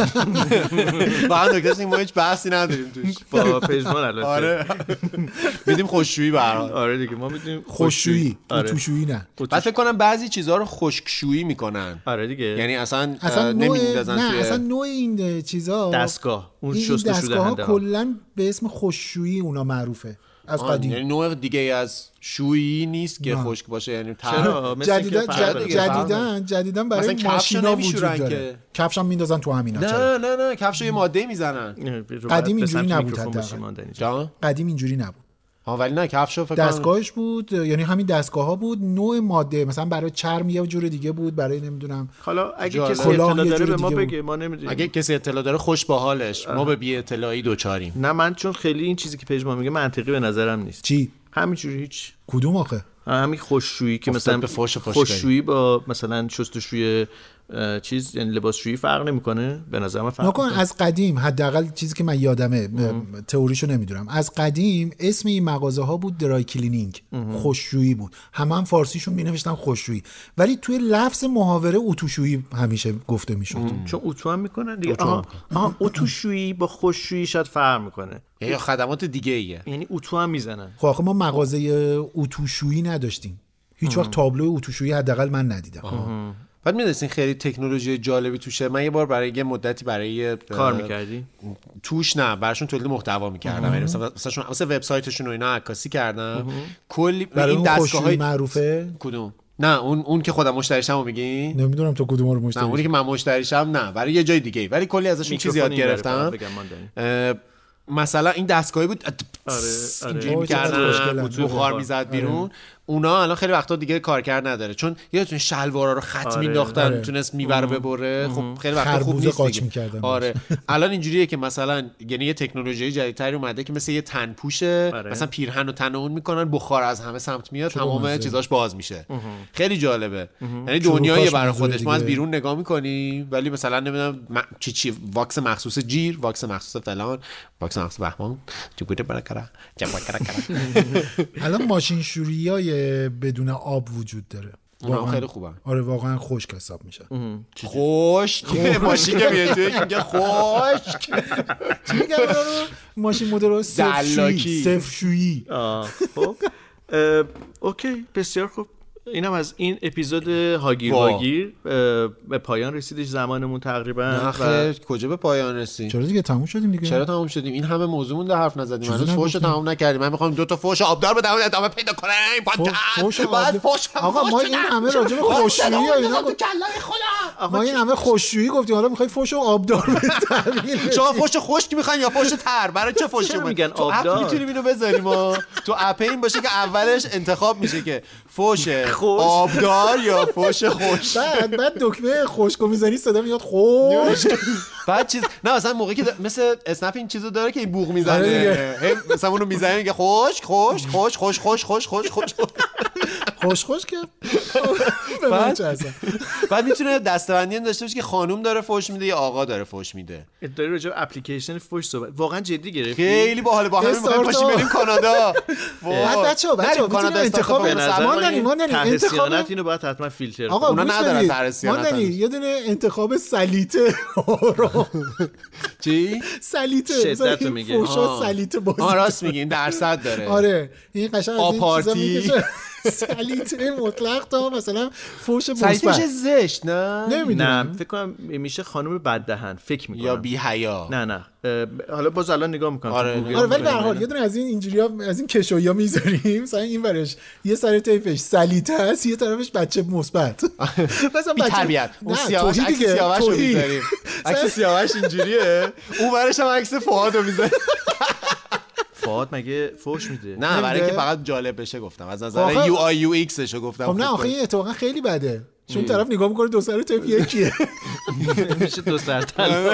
با نکته این ما هیچ بحثی نداریم توش. با پژمان البته. آره. میدیم خوششویی به هر حال. آره دیگه ما میدیم خوششویی، اتوشویی نه. بعد فکر کنم بعضی چیزا رو خشکشویی میکنن. آره دیگه. یعنی اصلا اصلا نمیندازن نه توی اصلا نوع این چیزا دستگاه اون شستشو دستگاه دهنده کلا به اسم خوششویی اونا معروفه از قدیم. یعنی نوع دیگه از شویی نیست که خشک باشه. یعنی چرا جدیدن جدیدن جدیدن برای ماشینا وجود داره. کفش هم میندازن تو همینا. نه نه نه کفش یه ماده میزنن. قدیم اینجوری نبود حداقل. قدیم اینجوری نبود. ها ولی نه کفشو فکر دستگاهش بود، یعنی همین دستگاه ها بود. نوع ماده مثلا برای چرم یه جور دیگه بود، برای نمیدونم. حالا اگه کسی اطلاع داره به ما بگه، ما نمیدونیم. اگه کسی اطلاع داره خوش با حالش، ما به بی اطلاعی دوچاریم. نه من چون خیلی این چیزی که پژمان میگه منطقی به نظرم نیست. چی؟ همینجوری هیچ. کدوم آخه؟ همین خوششویی که مثلا خوششویی با مثلا شستشوی چیز یعنی لباسشویی فرق نمیکنه به نظر من. فرق نکنه از قدیم حداقل چیزی که من یادمه، تئوریشو نمیدونم، از قدیم اسم این مغازه ها بود درای کلینینگ، خوششویی بود. همه هم فارسیشون مینوشتن خوششویی، ولی توی لفظ محاوره اتوشویی همیشه گفته میشد. چون اتو هم میکنن دیگه. آها آها اتوشویی با خوششویی شاید فرق میکنه یا خدمات دیگه ایه. یعنی اتو هم میزنن. خب آخه ما مغازه اتوشویی نداشتیم هیچ وقت. تابلو اتوشویی حداقل من ندیدم. بعد می‌دونستین خیلی تکنولوژی جالبی توشه. من یه بار برای یه مدتی برای کار می‌کردی توش؟ نه، براشون تولید محتوا می‌کردم. یعنی مثلا مثلا مثلا وبسایتشون و اینا عکاسی کردم. کلی این دستگاه‌های معروفه کدوم؟ نه اون اون که خودم مشتریشمو میگی؟ نمیدونم تو کدوم رو مشتری. نه اونی که من مشتریشم نه، برای یه جای دیگه، ولی کلی ازشون چیز یاد گرفتم. مثلا این دستگاهی بود اینجوری می‌کردن بخار میزد بیرون. اونا الان خیلی وقتا دیگه کارکرد نداره، چون یادتون شلوارا رو خط آره. مینداختن آره. میتونست میبره ببره. خب خیلی وقتا خوب نیست دیگه. آره الان اینجوریه که مثلا یعنی یه تکنولوژی جدیدتری اومده که مثل یه تن پوشه آره. مثلا پیرهن و تن اون میکنن، بخار از همه سمت میاد، تمام چیزاش باز میشه. خیلی جالبه. یعنی دنیایی برای خودش. ما از بیرون نگاه میکنیم ولی مثلا نمیدونم چی چی واکس مخصوص جیر، واکس مخصوص فلان، واکس مخصوص بهمان چی بوده برای کرا جمع کرا کرا. الان ماشین شوریای بدون آب وجود داره. واقعا خیلی خوبه. آره واقعا خشک حساب میشه. خشک ماشین که میاد میگه خشک. چی میگن رو ماشین مدل صفر شویی. خب اوکی بسیار خوب. اینم از این اپیزود هاگیر واگیر به پایان رسیدش زمانمون تقریبا. نه کجا به پایان رسید؟ چرا دیگه تموم شدیم دیگه؟ چرا تموم شدیم؟ این همه موضوع مونده حرف نزدیم. هنوز فوش تموم نکردیم. من میخوام دو تا فوش آبدار بدم ادامه پیدا کنه این پادکست. بعد فوش آقا ما این همه راجع به خوشویی و اینا گفتیم. ما این همه خوشویی گفتیم، حالا میخوای فوش و آبدار بدیم. شما فوش خشک میخواین یا فوش تر؟ برای چه فوشی میگن آبدار؟ میتونیم اینو بذاریم تو اپ این باشه که اولش انتخاب میشه که فوش آبدار یا فوش خوش. بعد بعد دکمه خشکو میزنی صدا میاد خوش. بعد چیز نه مثلا موقعی که مثل اسنپ این چیزو داره که این بوق میزنه، مثلا اونو میزنه میگه خوش خوش خوش خوش خوش خوش خوش خوش خوش خوش که بعد بعد میتونه دسته‌بندی داشته باشه که خانم داره فوش میده یا آقا داره فوش میده. داره راجع به اپلیکیشن فوش صحبت. واقعا جدی گرفتی؟ خیلی باحال. با همین میخوایم باشیم بریم کانادا. بعد بچه‌ها بچه‌ها کانادا انتخاب ما داریم ما داریم انتخاب اینو باید حتما فیلتر. آقا اونا ندارن ترسیانت. ما داریم یه دونه انتخاب سلیته. چی؟ سلیته. شدت میگه. فوشا سلیته باز. آ راست میگی این درصد داره. آره این قشنگ از این چیزا میگه. سلیته مطلق تا مثلا فوش مثبت. سلیته میشه زشت نه؟ نمیدونم. نه فکر کنم میشه خانم بددهن فکر میکنم. یا بی حیا. نه نه حالا باز الان نگاه میکنم. آره آره ولی به هر حال یه دونه از این اینجوری‌ها از این کشویا میذاریم. مثلا این ورش یه سر طیفش سلیته است، یه طرفش بچه مثبت. مثلا بچه تربیت. اون سیاوش عکس سیاوشو میذاریم. عکس سیاوش اینجوریه. اون ورش هم عکس فؤادو میذاریم. فؤاد مگه فوش میده؟ نه برای اینکه فقط جالب بشه گفتم، از نظر یو آی یو ایکسشو گفتم. خب نه آخه این اتفاقا خیلی بده، چون طرف نگاه میکنه دو سر طیف یکیه. میشه دو سر طلا.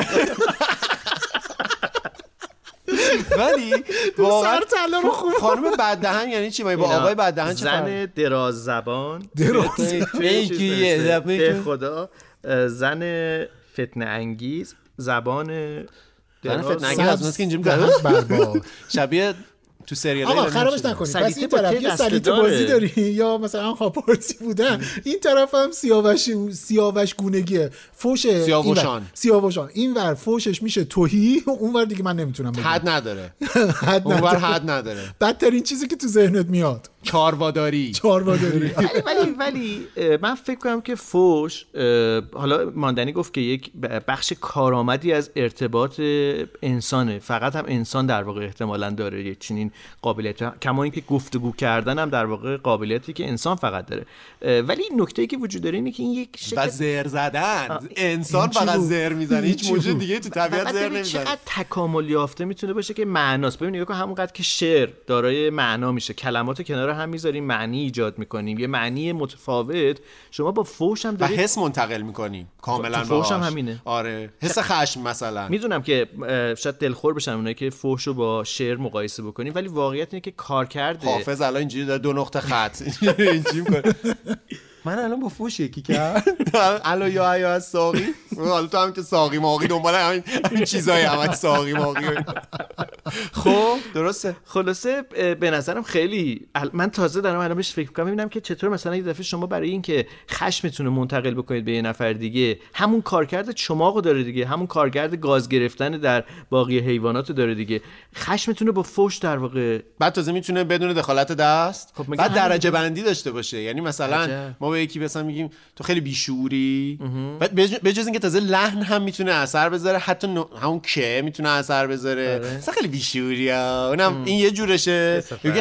ولی واقعا طلا رو خوب خانم بددهن یعنی چی؟ با آقای بددهن چه زن دراز زبان دراز به خدا زن فتنه انگیز زبان زن فتنه انگیز از مثل که اینجوری میگه شبیه تو سریال آقا خرابش نکنید. پس این طرف یه سلیت بازی داری یا مثلا هاپارتی بودن، این طرف هم سیاوش سیاوش گونگیه فوش سیاوشان سیاوشان این ور فوشش میشه توهی، اون ور دیگه من نمیتونم بگم. حد نداره. اون ور حد نداره. بدترین چیزی که تو ذهنت میاد چارواداری. چارواداری. ولی ولی من فکر کنم که فوش، حالا ماندنی گفت که یک بخش کارآمدی از ارتباط انسانه، فقط هم انسان در واقع احتمالاً داره یک چنین قابلیت، کما اینکه گفتگو کردن هم در واقع قابلیتی که انسان فقط داره. ولی نکته‌ای که وجود داره اینه که این یک شکل زر زدن، انسان فقط زر میزنه، هیچ موجود دیگه تو طبیعت زر نمیزنه. چقدر تکامل یافته میتونه باشه که معناست. ببین نگاه کن همونقدر که شعر دارای معنا میشه، کلمات کنار هم میذاریم معنی ایجاد میکنیم، یه معنی متفاوت شما با فوش هم دارید و حس منتقل میکنیم کاملا. فوش هم همینه. آره حس خشم مثلا. میدونم که شاید دلخور بشن اونایی که فوشو با شعر مقایسه بکنیم، ولی واقعیت اینه که کار کرده. حافظ الان اینجوری داره دو نقطه خط اینجوری میکنه. من الان با فوش یکی کرد. الو یا یا از ساقی. حالا تو هم که ساقی ماقی دنبال همین چیزای هم ساقی ماقی. خب درسته. خلاصه به نظرم خیلی من تازه دارم الان بهش فکر می‌کنم ببینم که چطور مثلا یه دفعه شما برای اینکه خشمتون رو منتقل بکنید به یه نفر دیگه همون کارکرد چماقو داره دیگه، همون کارکرد گاز گرفتن در باقی حیواناتو داره دیگه، خشمتون رو با فحش در واقع بعد تازه میتونه بدون دخالت دست خب بعد درجه بندی داشته باشه. یعنی مثلا عجب. ما به یکی مثلا میگیم تو خیلی بیشعوری، بعد به جز اینکه تازه لحن هم میتونه اثر بذاره، حتی همون که میتونه اثر بذاره مثلا خیلی بیشعوری ها اونم این یه جورشه میگه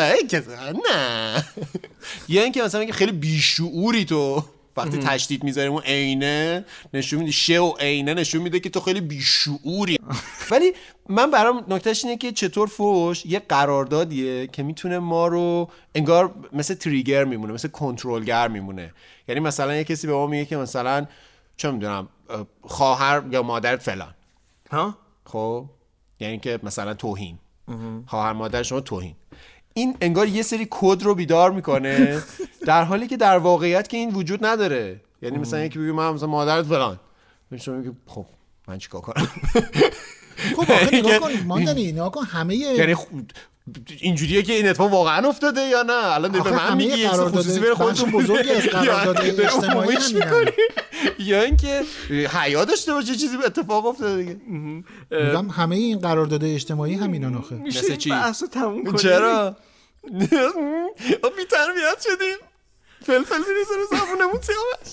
نه یا اینکه مثلا میگه خیلی بیشعوری تو وقتی تشدید میذاریم اون عینه نشون میده شه و عینه نشون میده که تو خیلی بیشعوری. ولی من برام نکتهش اینه که چطور فحش یه قراردادیه که میتونه ما رو انگار مثل تریگر میمونه، مثل کنترلگر میمونه. یعنی مثلا یه کسی به ما میگه که مثلا چه میدونم خواهر یا مادرت فلان ها، خب یعنی که مثلا توهین، خواهر مادر شما توهین. این انگار یه سری کد رو بیدار میکنه در حالی که در واقعیت که این وجود نداره. یعنی مثلا یکی بگه من مثلا مادرت فلان، شما میگه خب من چیکار کنم؟ خب آخه نگاه کن ماندنی نگاه کن همه یعنی اینجوریه که این اتفاق واقعا افتاده یا نه؟ الان داری به من میگی خصوصی بره خودتون بزرگی از قرارداد اجتماعی همینه یا اینکه حیا داشته باشه چیزی به اتفاق افتاده دیگه. میگم همه این قرارداد اجتماعی همینان آخه. مثل چی؟ بحثو تموم کنیم. چرا؟ بی تربیت شدیم. فلفل میریزه رو زبونمون سیاوش.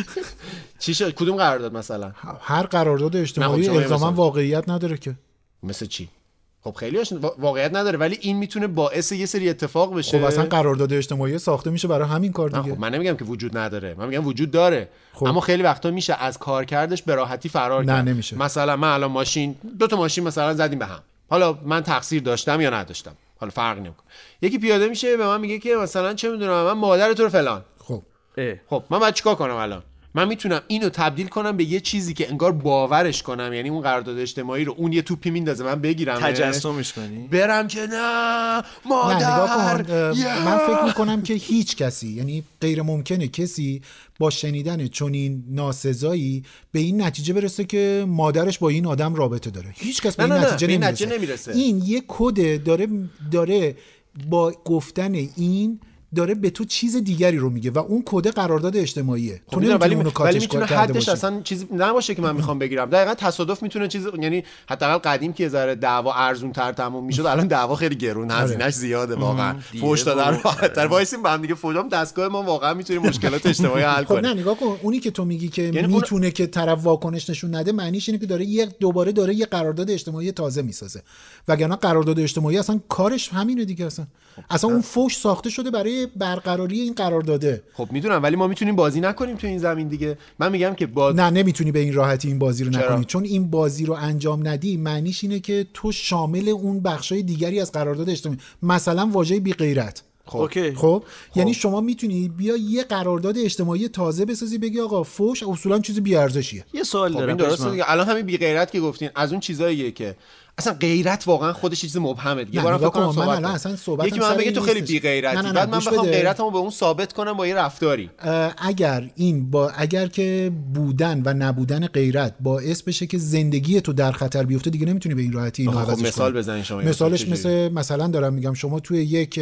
چی شد؟ کدوم قرارداد مثلا؟ هر قرارداد اجتماعی الزاما واقعیت نداره که. مثل چی؟ خب خیلی هاش واقعیت نداره ولی این میتونه باعث یه سری اتفاق بشه. خب اصلا قرارداد اجتماعی ساخته میشه برای همین کار دیگه. خب من نمیگم که وجود نداره، من میگم وجود داره. خب. اما خیلی وقتا میشه از کارکردش به راحتی فرار کرد. نه نمیشه. مثلا من الان ماشین دو تا ماشین مثلا زدیم به هم، حالا من تقصیر داشتم یا نداشتم حالا فرق نمیکنه. یکی پیاده میشه به من میگه که مثلا چه میدونم من مادر تو رو فلان. خب خب من باید چیکار کنم الان؟ من میتونم اینو تبدیل کنم به یه چیزی که انگار باورش کنم، یعنی اون قرارداد اجتماعی رو اون یه توپی میندازه من بگیرم تجسمش کنی برم که نه مادر. نه نگاه کن من فکر میکنم که هیچ کسی، یعنی غیر ممکنه کسی با شنیدن چنین ناسزایی به این نتیجه برسه که مادرش با این آدم رابطه داره. هیچ کس به این نتیجه نه نمیرسه. نمیرسه. این یه کد داره داره با گفتن این داره به تو چیز دیگری رو میگه و اون کد قرارداد اجتماعیه. تو نمیتونی اونو کاتش میتونه حدش اصلا چیزی نباشه که من میخوام بگیرم. دقیقاً تصادف میتونه چیز، یعنی حداقل قدیم که یه ذره دعوا ارزون تر تموم میشد الان دعوا خیلی گرون هزینه‌اش زیاده واقعا. فوش دادن راحت‌تر وایسیم با هم دیگه فوجام دستگاه ما واقعا میتونیم مشکلات اجتماعی حل کنیم. خب نه نگاه کن اونی که تو میگی که یعنی میتونه اون... که طرف واکنش نشون نده معنیش اینه که داره یه دوباره داره یه قرارداد اجتماعی تازه میسازه. وگرنه قرارداد اجتماعی اصلا کارش همینه دیگه. اصلا اصلا اون فوش ساخته شده برای برقراری این قرارداده. خب میدونم ولی ما میتونیم بازی نکنیم تو این زمین دیگه. من میگم که با... نه نمیتونی به این راحتی این بازی رو نکنی. چون این بازی رو انجام ندی معنیش اینه که تو شامل اون بخشای دیگری از قرارداد اجتماعی، مثلا واژه بی غیرت. خب اوکی. خب یعنی شما میتونی بیا یه قرارداد اجتماعی تازه بسازی بگی آقا فوش اصولا چیز بی ارزشیه. یه سوال خب دارم. درسته دیگه. الان همین بی غیرت که گفتین از اون چیزاییه که اصلا غیرت واقعا خودش چیز مبهمه دیگه. بارم فکر کنم من الان اصلا صحبتم یکی من بگه تو خیلی بی غیرتی، بعد من بخوام غیرتمو به اون ثابت کنم با یه رفتاری. اگر این با اگر که بودن و نبودن غیرت باعث بشه که زندگی تو در خطر بیفته دیگه نمیتونی به این راحتی اینو عوضش کنی. مثال بزنین شما. مثالش مثل مثلا دارم میگم شما توی یک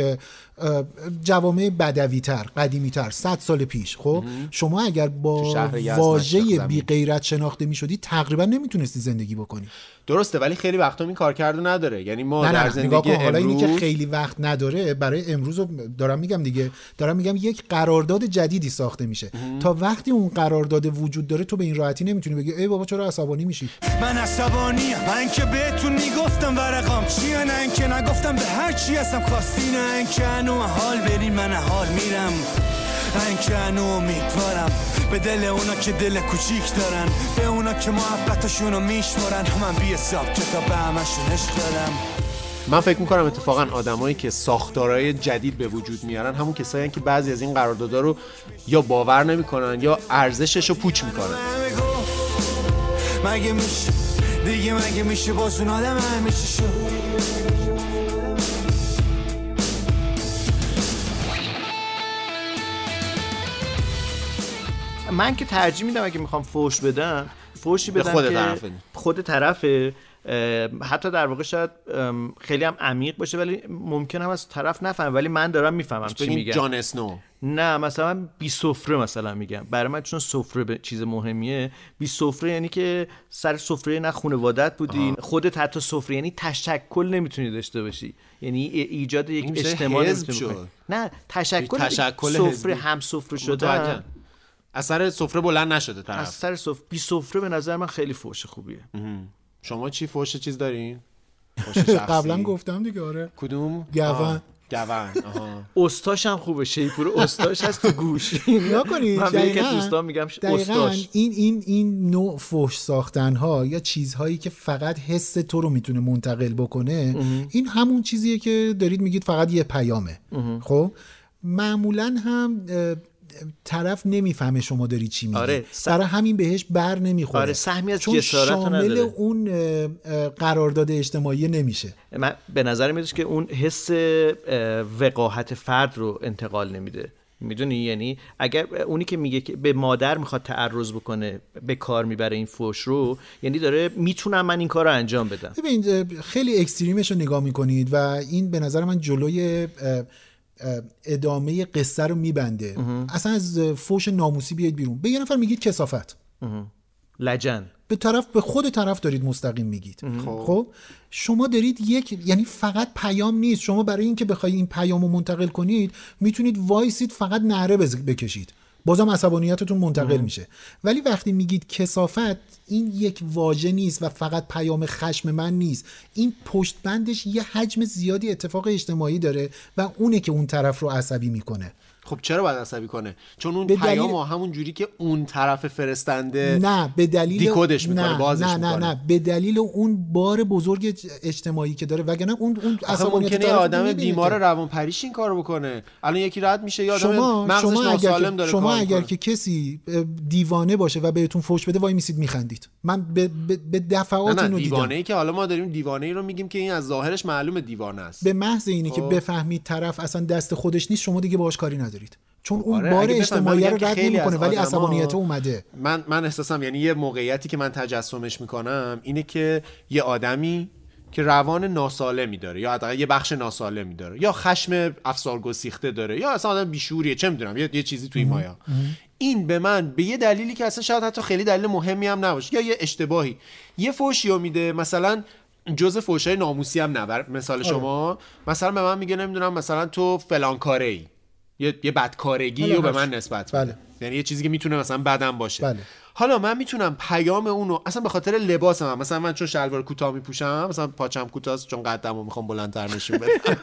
جوامع بدوی‌تر قدیمی‌تر صد سال پیش خب شما اگر با واژه بی غیرت شناخته میشدی تقریبا نمیتونستی زندگی بکنی. درسته ولی خیلی وقتا این کارکردو نداره. یعنی ما در زندگی امروز حالا اینی که خیلی وقت نداره برای امروز دارم میگم دیگه، دارم میگم یک قرارداد جدیدی ساخته میشه. ام. تا وقتی اون قرارداد وجود داره تو به این راحتی نمیتونی بگی ای بابا چرا عصبانی میشی. من عصبانیم، من که بهتون میگفتم ورقام چیه، نه که نگفتم به هر چی هستم خواستی، نه که انو حال برین من حال میرم، من که انو امیدوارم به دل اونا که دل کوچیک دارن، به اونا که محبتشونو میشمارن، من بی حساب کتاب به همشون عشق دارم. من فکر میکنم اتفاقا آدمایی که ساختارهای جدید به وجود میارن همون کسایی هستن که بعضی از این قراردادها رو یا باور نمیکنن یا ارزشش رو پوچ میکنن. مگه میشه دیگه مگه میشه باز اون آدم همیشه شو. من که ترجیح میدم اگه میخوام فوش بدم فوشی بدم خود که طرفه. خود طرفه حتی در واقع شاید خیلی هم عمیق باشه ولی ممکن هم از طرف نفهمه، ولی من دارم میفهمم چی میگم. جان اسنو نه مثلا بی سفره مثلا میگم، برای من چون سفره به چیز مهمیه. بی سفره یعنی که سر سفره نه خانوادت بودین، آه. خودت حتی سفره یعنی تشکل نمیتونی داشته باشی، یعنی ایجاد یک اجتماع نمیتونی. نه تشکل تشکل سفره هم سفره شده، اثر سفره بلند نشده طرف. اثر سفره بی سفره به نظر من خیلی فوش خوبیه. شما چی فوش چیز دارین؟ قبلا گفتم دیگه. آره کدوم؟ گون گون. استاش هم خوبه، شیپور استاش هست تو گوش. نیا کنید من به یک دوستان میگم استاش. این این این نوع فحش ساختن ها یا چیزهایی که فقط حس تو رو میتونه منتقل بکنه، این همون چیزیه که دارید میگید فقط یه پیامه. خب معمولا هم طرف نمیفهمه شما داری چی میگی. آره برای همین بهش بر نمیخوره. آره سهمی از جسارت نداره، شامل اون قرارداد اجتماعی نمیشه. من به نظر میاد که اون حس وقاحت فرد رو انتقال نمیده. میدونی یعنی اگر اونی که میگه که به مادر میخواد تعرض بکنه به کار میبره این فوش رو، یعنی داره میتونم من این کار رو انجام بدم. ببین خیلی اکستریمش رو نگاه میکنید و این به نظر من جلوی ادامه قصه رو میبنده. اصلا از فوش ناموسی بیاید بیرون. به یه نفر میگید کثافت، لجن، به طرف به خود طرف دارید مستقیم میگید. خب شما دارید یک، یعنی فقط پیام نیست، شما برای اینکه بخوای این پیامو منتقل کنید میتونید وایسید فقط نعره بکشید، بازم عصبانیتتون منتقل میشه. ولی وقتی میگید کثافت، این یک واژه نیست و فقط پیام خشم من نیست، این پشت بندش یه حجم زیادی اتفاق اجتماعی داره و اونه که اون طرف رو عصبی میکنه. خب چرا باید عصبی کنه؟ چون اون پیام دلیل... همون جوری که اون طرف فرستنده نه به دلیل دیکودش میکنه، نه، بازش نه میکنه. نه نه به دلیل اون بار بزرگ اجتماعی که داره، وگرنه اون اون عصبانیت ممکنه آدم بیمار روانپریش این کارو بکنه. الان یکی رد میشه یا آدم مغزش ناسالم داره. شما اگر که کسی دیوانه باشه و بهتون فوش بده وای میسید میخندید. من به به دفعات اینو دیدم. دیوانه‌ای که حالا ما داریم دیوانه‌ای رو میگیم که این از ظاهرش معلومه دیوانه است. به محض اینی که بفهمید طرف اصلا دست خودش نیست، شما دیگه باهاش کاری ندارید. چون اون آره بار اجتماعی رو رد نمی‌کنه ولی عصبانیت اومده. من من احساسم یعنی یه موقعیتی که من تجسمش میکنم اینه که یه آدمی که روان ناسالمی داره یا حداقل یه بخش ناسالمی داره یا خشم افسارگسیخته داره یا اصلا آدم بیشوریه، چه میدونم یه, یه چیزی توی مایا، این به من به یه دلیلی که اصلا شاید حتی خیلی دلیل مهمی هم نباشه یا یه اشتباهی یه فوشیو میده، مثلا جزء فوشای ناموسی هم نه. مثال شما آره. مثلا به من میگه نمیدونم مثلا تو فلان کاره‌ای، یه یه بدکارگی رو به من نسبت بده. بله. یعنی یه چیزی که میتونه مثلا بدم باشه. بله. حالا من میتونم پیام اونو اصلا به خاطر لباسم، مثلا من چون شلوار کوتاه میپوشم، مثلا پاچم کوتاست چون قدمو میخوام بلندتر نشون بدم،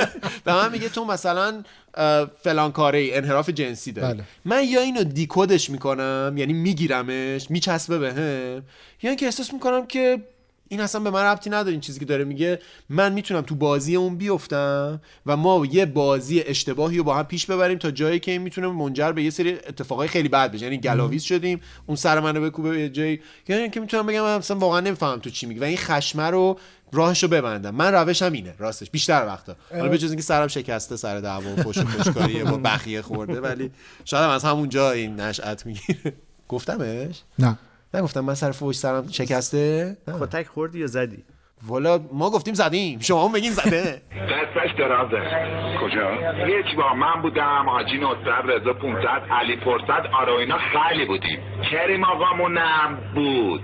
به من میگه تو مثلا فلان کاری انحراف جنسی داری. بله. من یا اینو دیکودش میکنم، یعنی میگیرمش میچسبه بهم، یا اینکه احساس میکنم که این اصلا به من ربطی نداره این چیزی که داره میگه، من میتونم تو بازی اون بیفتم و ما یه بازی اشتباهی رو با هم پیش ببریم تا جایی که این میتونه منجر به یه سری اتفاقای خیلی بد بشه، یعنی گلاویز شدیم اون سر منو بکوبه به جایی، یعنی اینکه میتونم بگم من اصلا واقعا نمیفهمم تو چی میگی و این خشمه رو راهشو ببندم. من روشم اینه راستش بیشتر وقتا، حالا به جز اینکه سرم شکسته سر دعوا و فوش و فوشکاریه با بخیه خورده، ولی شاید از همونجا این نشأت میگیره. گفتمش؟ نه نگفتم من سر فوش سرم شکسته. کتک خوردی یا زدی؟ والا ما گفتیم زدیم، شما هم بگین زده. دستش درازه. کجا؟ یک بار من بودم، حاجی نصرت، رضا پونصد، علی فرصت، آره اینا خیلی بودیم. کریم آقامونم بود.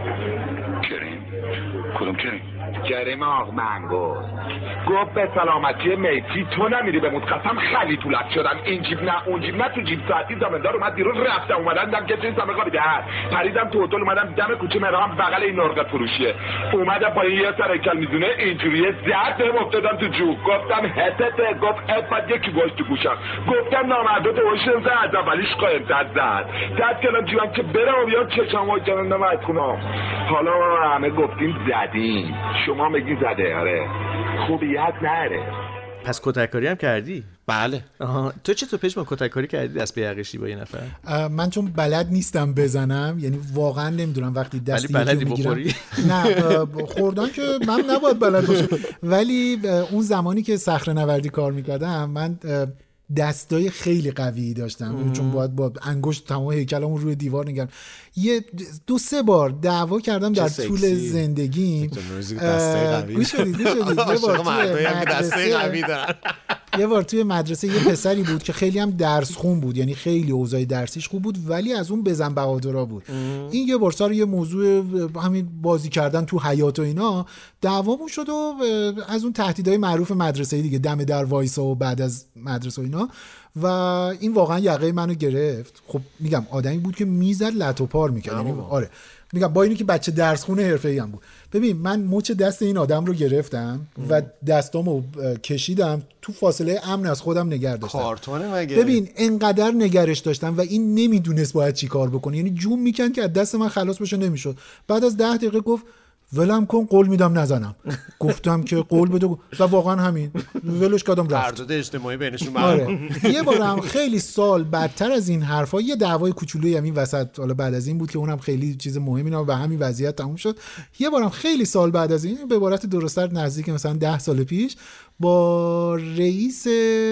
کریم؟ کدوم کریم؟ کریم آق منگو گفت به سلامتی میتی تو نمیری به متقسم خیلی طولت شدم، این جیب نه اون جیب نه، تو جیب ساعتی زمندار اومد دیروز رفتم اومدن دم که توی سمه خوابیده هست پریدم تو هتل اومدم دم کوچه مهران بغل این نرغه فروشیه اومدم پایین یه سر هیکل میزونه اینجوریه زد بهم افتادم تو جو، گفتم هتته، گفت ات بعد یکی گوش تو گوشم، گفتم نامرده تو هوشن زد اولیش قایم زد زد زد کلم جوان که برم و بیان چشم های جنندم از خونم. حالا همه گفتیم زدیم، شما میگی زده. آره خوبیت نره. پس کتککاری هم کردی؟ بله. آها. تو چطور پیش با کتککاری کردی دست به یقشی با یه نفر؟ من چون بلد نیستم بزنم، یعنی واقعا نمیدونم وقتی دست یکی رو میگیرم. نه خوردن که من نباید بلد باشم، ولی اون زمانی که صخره نوردی کار میکردم من دستای خیلی قوی داشتم چون باید با انگشت تمام هیکلمو روی دیوار نگردم. یه دو سه بار دعوا کردم در طول زندگیم. گوش بدید گوش بدید یه بار توی مدرسه یه بار توی مدرسه یه پسری بود که خیلی هم درس خون بود، یعنی خیلی اوضاع درسیش خوب بود ولی از اون بزن بهادرا بود. این یه بار سر یه موضوع همین بازی کردن تو حیاط و اینا دعوامون شد و از اون تهدیدهای معروف مدرسه‌ای دیگه، دم در وایسا و بعد از مدرسه و اینا، و این واقعا یقه منو گرفت. خب میگم آدمی بود که میزد لط و پار میکرد، یعنی آره میگم با اینی که بچه درس خونه حرفه‌ای هم بود. ببین من مچ دست این آدم رو گرفتم و دستامو کشیدم تو فاصله امن از خودم نگه داشتم. کارتونه مگه؟ ببین انقدر نگرش داشتم و این نمیدونست باید چی کار بکنه، یعنی جون میکند که از دست من خلاص بشه نمیشد. بعد از ده دقیقه گفت ولم کن قول میدم نزنم. گفتم که قول بده و واقعا همین ولش کردم رفت. قرارداد اجتماعی بینشون آره. یه بارم خیلی سال بعدتر از این حرفا یه دعوای کوچولویی همین وسط، حالا بعد از این بود که اونم خیلی چیز مهمی نه و همین وضعیت تموم شد. یه بارم خیلی سال بعد از این به عبارت درست‌تر نزدیک مثلا ده سال پیش با رئیس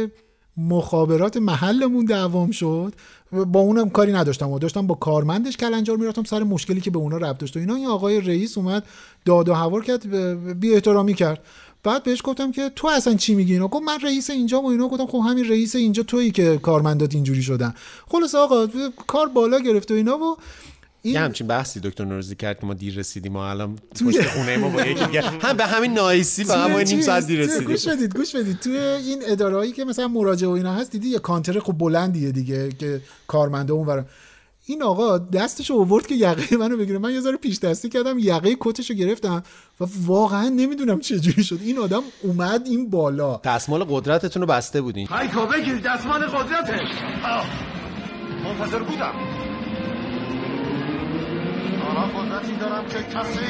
مخابرات محلمون دعوام شد. با اونم کاری نداشتم و داشتم با کارمندش کلنجار میرفتم سر مشکلی که به اونا ربط داشت و اینا. این آقای رئیس اومد داد و هوار کرد، بی احترامی کرد. بعد بهش گفتم که تو اصلا چی میگی اینا؟ گفت من رئیس اینجام و اینا. گفتم خب همین رئیس اینجا تویی که کارمندات اینجوری شدن. خلاص آقا کار بالا گرفت و اینا. و این یه همچین بحثی دکتر نوروزی کرد که ما دیر رسیدیم، ما الان پشت خونه ما با یکی دیگه هم به همین نایسی با هم نیم ساعت دیر رسیدیم. گوش بدید گوش بدید توی این ادارهایی که مثلا مراجعه و اینا هست دیدی یه کانتر خب بلندیه دیگه که کارمنده اونورا. این آقا دستشو آورد که یقه منو بگیره، من یه ذره پیش دستی کردم یقه کتشو گرفتم و واقعا نمیدونم چه جوری شد این آدم اومد این بالا. دستمال قدرتتون رو بسته بودین. هایکو بگیر دستمال قدرتش. منتظر بودم. قدرتی دارم که کسی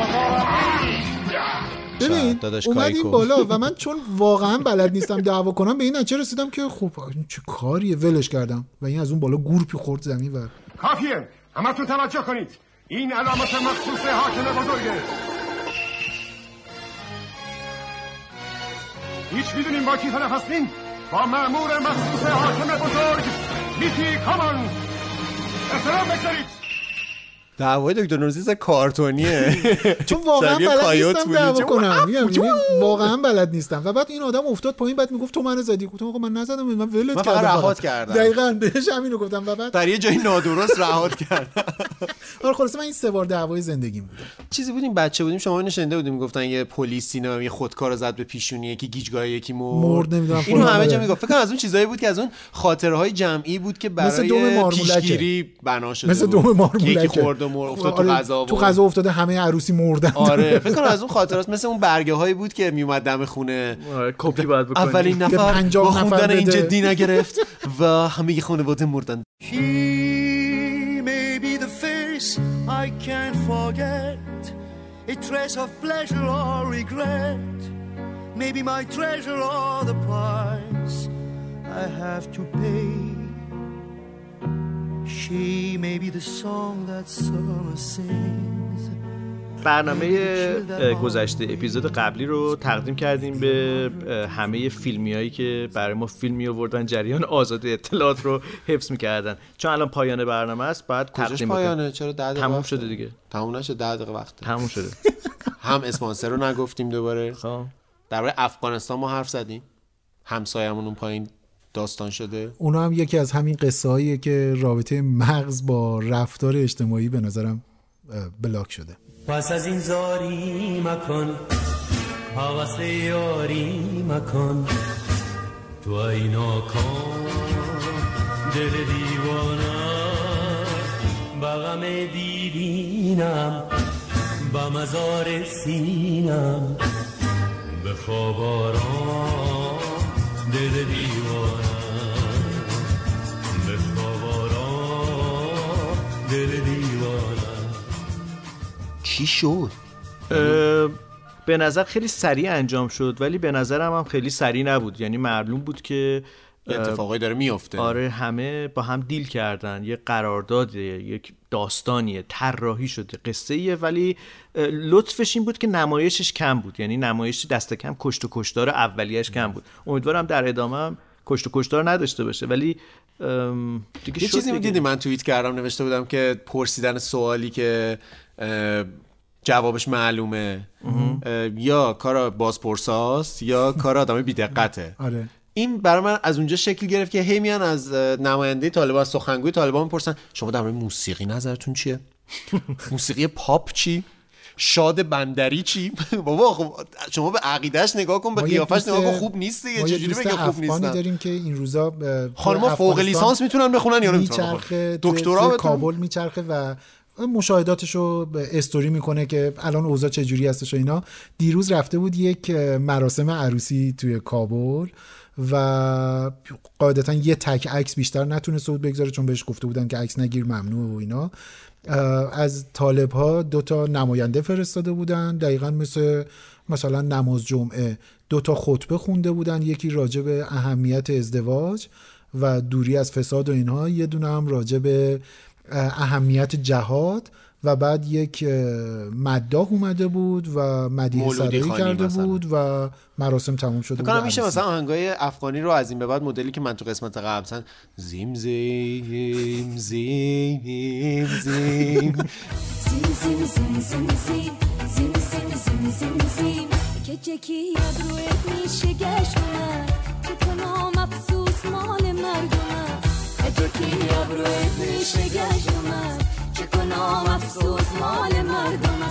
ببین اومد این بالا و من چون واقعا بلد نیستم دعوا کنم به این نتیجه رسیدم که خب چه کاریه، ولش کردم و این از اون بالا گورپی خورد زمین. و کافیه همتون توجه کنید، این علامت مخصوص حاکم بزرگه. هیچ میدونیم با کی طرف هستین؟ با مأمور مخصوص حاکم بزرگ میتی کامان. احترام بگذارید. دعوای دکتر نوروزی کارتونیه چون واقعا بلد نیستم دعوا کنم، میگم واقعا بلد نیستم. و بعد این آدم افتاد پایین، بعد میگفت تو منو زدی. گفتم آقا من نزدم، من ولت کردم، من رهات کردم. دقیقاً بهش همینو گفتم و بعد در یه جای نادرست رهات کردم. آره خلاص من این سه بار دعوای زندگیم بود. چیزی بودیم بچه بودیم شما اینو شنیده بودیم میگفتن یه پلیس اینا یه خودکار زد به پیشونی، یکی گیجگاه یکی مرد نمیدونم اینو همه جا میگفت. فکر کنم از اون چیزایی بود که از اون خاطرهای جمعی بود که برای پیشگیری بنا شده، مثل دوم مارمولک یکی خورد و مرد افتاد تو غذا تو غذا افتاده همه عروسی مردن. آره فکر کنم از اون خاطرات مثل اون برگه هایی بود که میومد دم خونه کپی باید بکنی. اولین نفر با خوندن این جدی نگرفت و همه خانواده مردن. He may be the face I can't forget, a trace of pleasure or regret, maybe my treasure or the price I have to pay. She may be the song that summer sings. برنامه گذشته اپیزود قبلی رو تقدیم کردیم به همه فیلمیایی که برای ما فیلم می آوردن، جریان آزاد اطلاعات رو حفظ می‌کردن. چون الان پایان برنامه است بعد تقدیم پایانه. چرا ده دقیقه تموم شده دیگه؟ تموم نشد، ده دقیقه وقت تموم شده. هم اسپانسر رو نگفتیم دوباره. خب درباره افغانستان ما حرف زدیم، همسایه‌مون اون پایین داستان شده. اونا هم یکی از همین قصه هاییه که رابطه مغز با رفتار اجتماعی به نظرم بلاک شده. پس از این زاری مکن، حوث یاری مکن، تو اینا کن دل دیوانه، بغم دیرینم با مزار سینم، به خواب آرام دل دیوانه، به خواب آرام دل دیوانه. چی شد؟ به نظر خیلی سریع انجام شد ولی به نظرم هم خیلی سریع نبود، یعنی معلوم بود که اتفاقایی داره میفته. آره همه با هم دیل کردن، یه قرارداده، یک داستانیه، طراحی شده، قصه ایه، ولی لطفش این بود که نمایشش کم بود، یعنی نمایش دست کم کشت و کشتار اولیش کم بود. امیدوارم در ادامه هم کشت و کشتار نداشته باشه. ولی یه چیزی می‌دیدی من توییت کردم نوشته بودم که پرسیدن سوالی که جوابش معلومه یا کار بازپرساست یا کار آدم بی‌دقته. آره. این برای من از اونجا شکل گرفت که هی میان از نماینده طالبان، سخنگوی طالبان میپرسن شما در مورد موسیقی نظرتون چیه؟ موسیقی پاپ چی؟ شاد بندری چی؟ بابا خب شما به عقیدهش نگاه کن، به قیافش نگاه کن، خوب نیست دیگه. چجوری بگه خوب نیست؟ ما داریم که این روزا خانم‌ها فوق لیسانس میتونن بخونن یا نمیتونن؟ دکترا کابل میچرخه و مشاهداتشو استوری میکنه که الان اوضاع چجوری هستش و اینا. دیروز رفته بود یک مراسم عروسی توی کابل و قاعدتا یه تک عکس بیشتر نتونسته بود بگذاره چون بهش گفته بودن که عکس نگیر، ممنوع و اینا. از طالب ها دو تا نماینده فرستاده بودن، دقیقاً مثل مثلا نماز جمعه دو تا خطبه خونده بودن، یکی راجع به اهمیت ازدواج و دوری از فساد و اینها، یه دونه هم راجع به اهمیت جهاد و بعد یک مداح اومده بود و مدیح سرایی کرده مثلا. بود و مراسم تموم شده بود. میشه مثلا آهنگای افغانی رو از این به بعد مدلی که من تو قسمت قبل مثلا زیم زیم زیم زیم زیم که چکی ابروی میشه گشتم که کنم افسوس مال مردم که چکی ابروی میشه گشتم که کنم افسوس مال مردم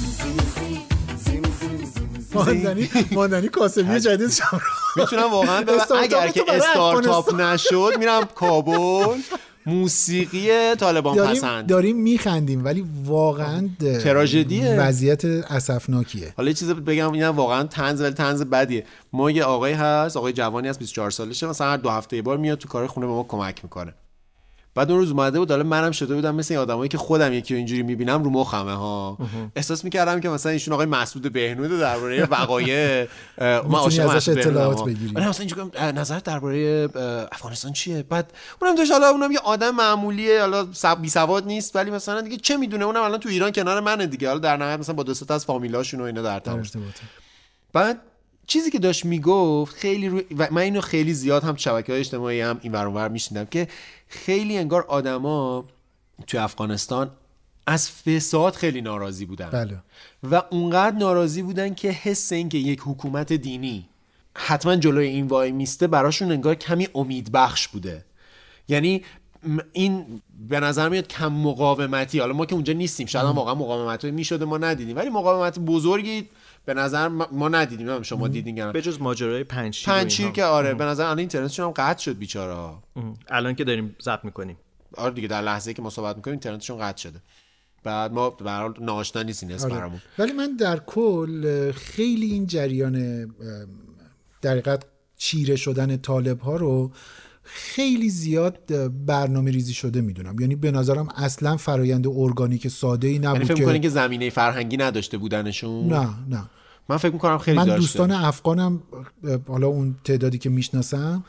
ماندنی ماندنی کاسبی جدید شما میتونم واقعا اگر که استارتاپ نشد میرم کابل موسیقی طالبان داریم پسند. داریم میخندیم ولی واقعا تراژدیه، وضعیت اسفناکیه. حالا یه چیز بگم، اینا واقعا طنز ولی طنز بدیه. ما یه آقایی هست، آقای جوانی هست، بیست و چهار سالشه، مثلا هر دو هفته یه بار میاد تو کار خونه به ما کمک میکنه. بعد اون روز اومده بود، حالا منم شده بودم مثل این آدمایی که خودم یکی رو اینجوری میبینم رو مخمه ها. احساس میکردم که مثلا ایشون آقای مسعود بهنود درباره وقایع ما ازش اطلاعات بگیری. من مثلا اینجوری نظر درباره افغانستان چیه؟ بعد اونم داشت، حالا اونم یه آدم معمولیه، حالا بی سواد نیست ولی مثلا دیگه چه میدونه، اونم الان تو ایران کنار منه دیگه، حالا در نهایت مثلا با دو تا از فامیلاشون و اینا در تماس. بعد چیزی که داشت میگفت خیلی رو... و من اینو خیلی زیاد هم شبکه‌های اجتماعی هم این ور اون ور میشنیدم که خیلی انگار آدما تو افغانستان از فساد خیلی ناراضی بودن. بله. و اونقدر ناراضی بودن که حس این که یک حکومت دینی حتما جلوی این وای میسته براشون انگار کمی امیدبخش بوده. یعنی این به نظر میاد کم مقاومتی، حالا ما که اونجا نیستیم شاید هم واقعا مقاومتی میشده ما ندیدیم، ولی مقاومت بزرگی به نظر ما ندیدیم. هم شما دیدین به جز ماجرای پنجشیر پنجشیر که آره به نظر الان اینترنتشون هم قطع شد بیچاره‌ها. الان که داریم ضبط میکنیم آره دیگه در لحظه‌ای که ما صحبت میکنیم اینترنتشون قطع شده. بعد ما به هر حال ناآشنا نیستین اسم آره. برامون. ولی من در کل خیلی این جریان در حقیقت چیره شدن طالب ها رو خیلی زیاد برنامه ریزی شده میدونم. یعنی به نظرم اصلا فرایند ارگانیک ساده ای نبود. یعنی که فکر می‌کنین که زمینه فرهنگی نداشته بودنشون؟ نه نه من فکر می‌کنم خیلی من داشته. دوستان افغانم حالا اون تعدادی که میشناسم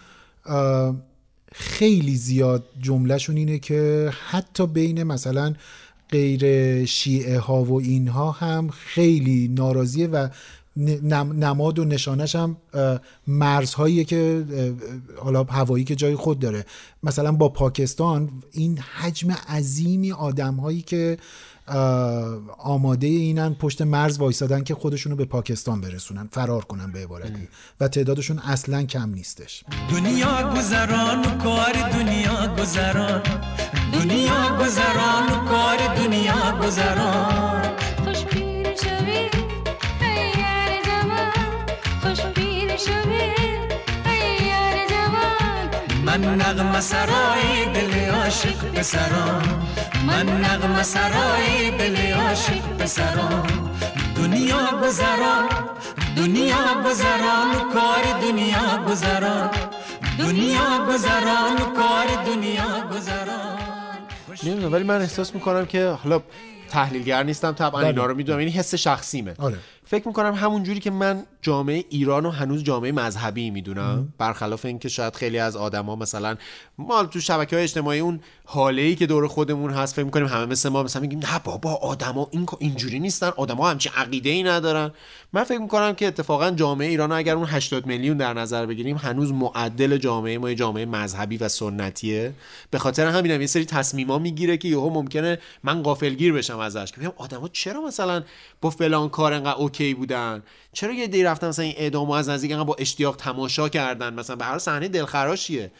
خیلی زیاد جملهشون اینه که حتی بین مثلا غیر شیعه ها و اینها هم خیلی ناراضیه و نماد و نشانش هم مرزهاییه که حالا هوایی که جای خود داره. مثلا با پاکستان این حجم عظیمی آدم هایی که آماده اینن پشت مرز وایسادن که خودشونو به پاکستان برسونن، فرار کنن به عبارتی، و تعدادشون اصلا کم نیستش. دنیا گذران و کار دنیا گذران، دنیا گذران و کار دنیا گذران. خوش پیر شوی ای یار جوان، خوش پیر شوی ای یار جوان. من نغمه سرای دل عاشق پسران، من نغمه سرای دل عاشق پسران. دنیا گذران، دنیا گذران و کار دنیا گذران، دنیا گذران و کار دنیا گذران. نمیدونم ولی من احساس میکنم که حالا تحلیلگر نیستم طبعا اینا رو میدونم، یعنی حس شخصیمه. آره. فکر میکنم همون جوری که من جامعه ایران رو هنوز جامعه مذهبی میدونم، برخلاف اینکه شاید خیلی از آدما مثلا ما تو شبکه‌های اجتماعی اون حاله‌ای که دور خودمون هست فکر می‌کنیم همه مثل ما، مثلا میگیم نه بابا آدما این اینجوری نیستن، آدما همچین عقیده‌ای ندارن. من فکر می‌کنم که اتفاقا جامعه ایران اگر اون هشتاد میلیون در نظر بگیریم هنوز معدل جامعه ما جامعه مذهبی و سنتیه. به خاطر همین هم یه سری تصمیما میگیره که یهو ممکنه من غافلگیر بشم ازش که بگم آدما چرا مثلا با فلان کار انقدر اوکی بودن، چرا یه دی رفتن مثلا این اعدامو از نزدیک انقدر با اشتیاق تماشا کردن، مثلا به هر صحنه دلخراشیه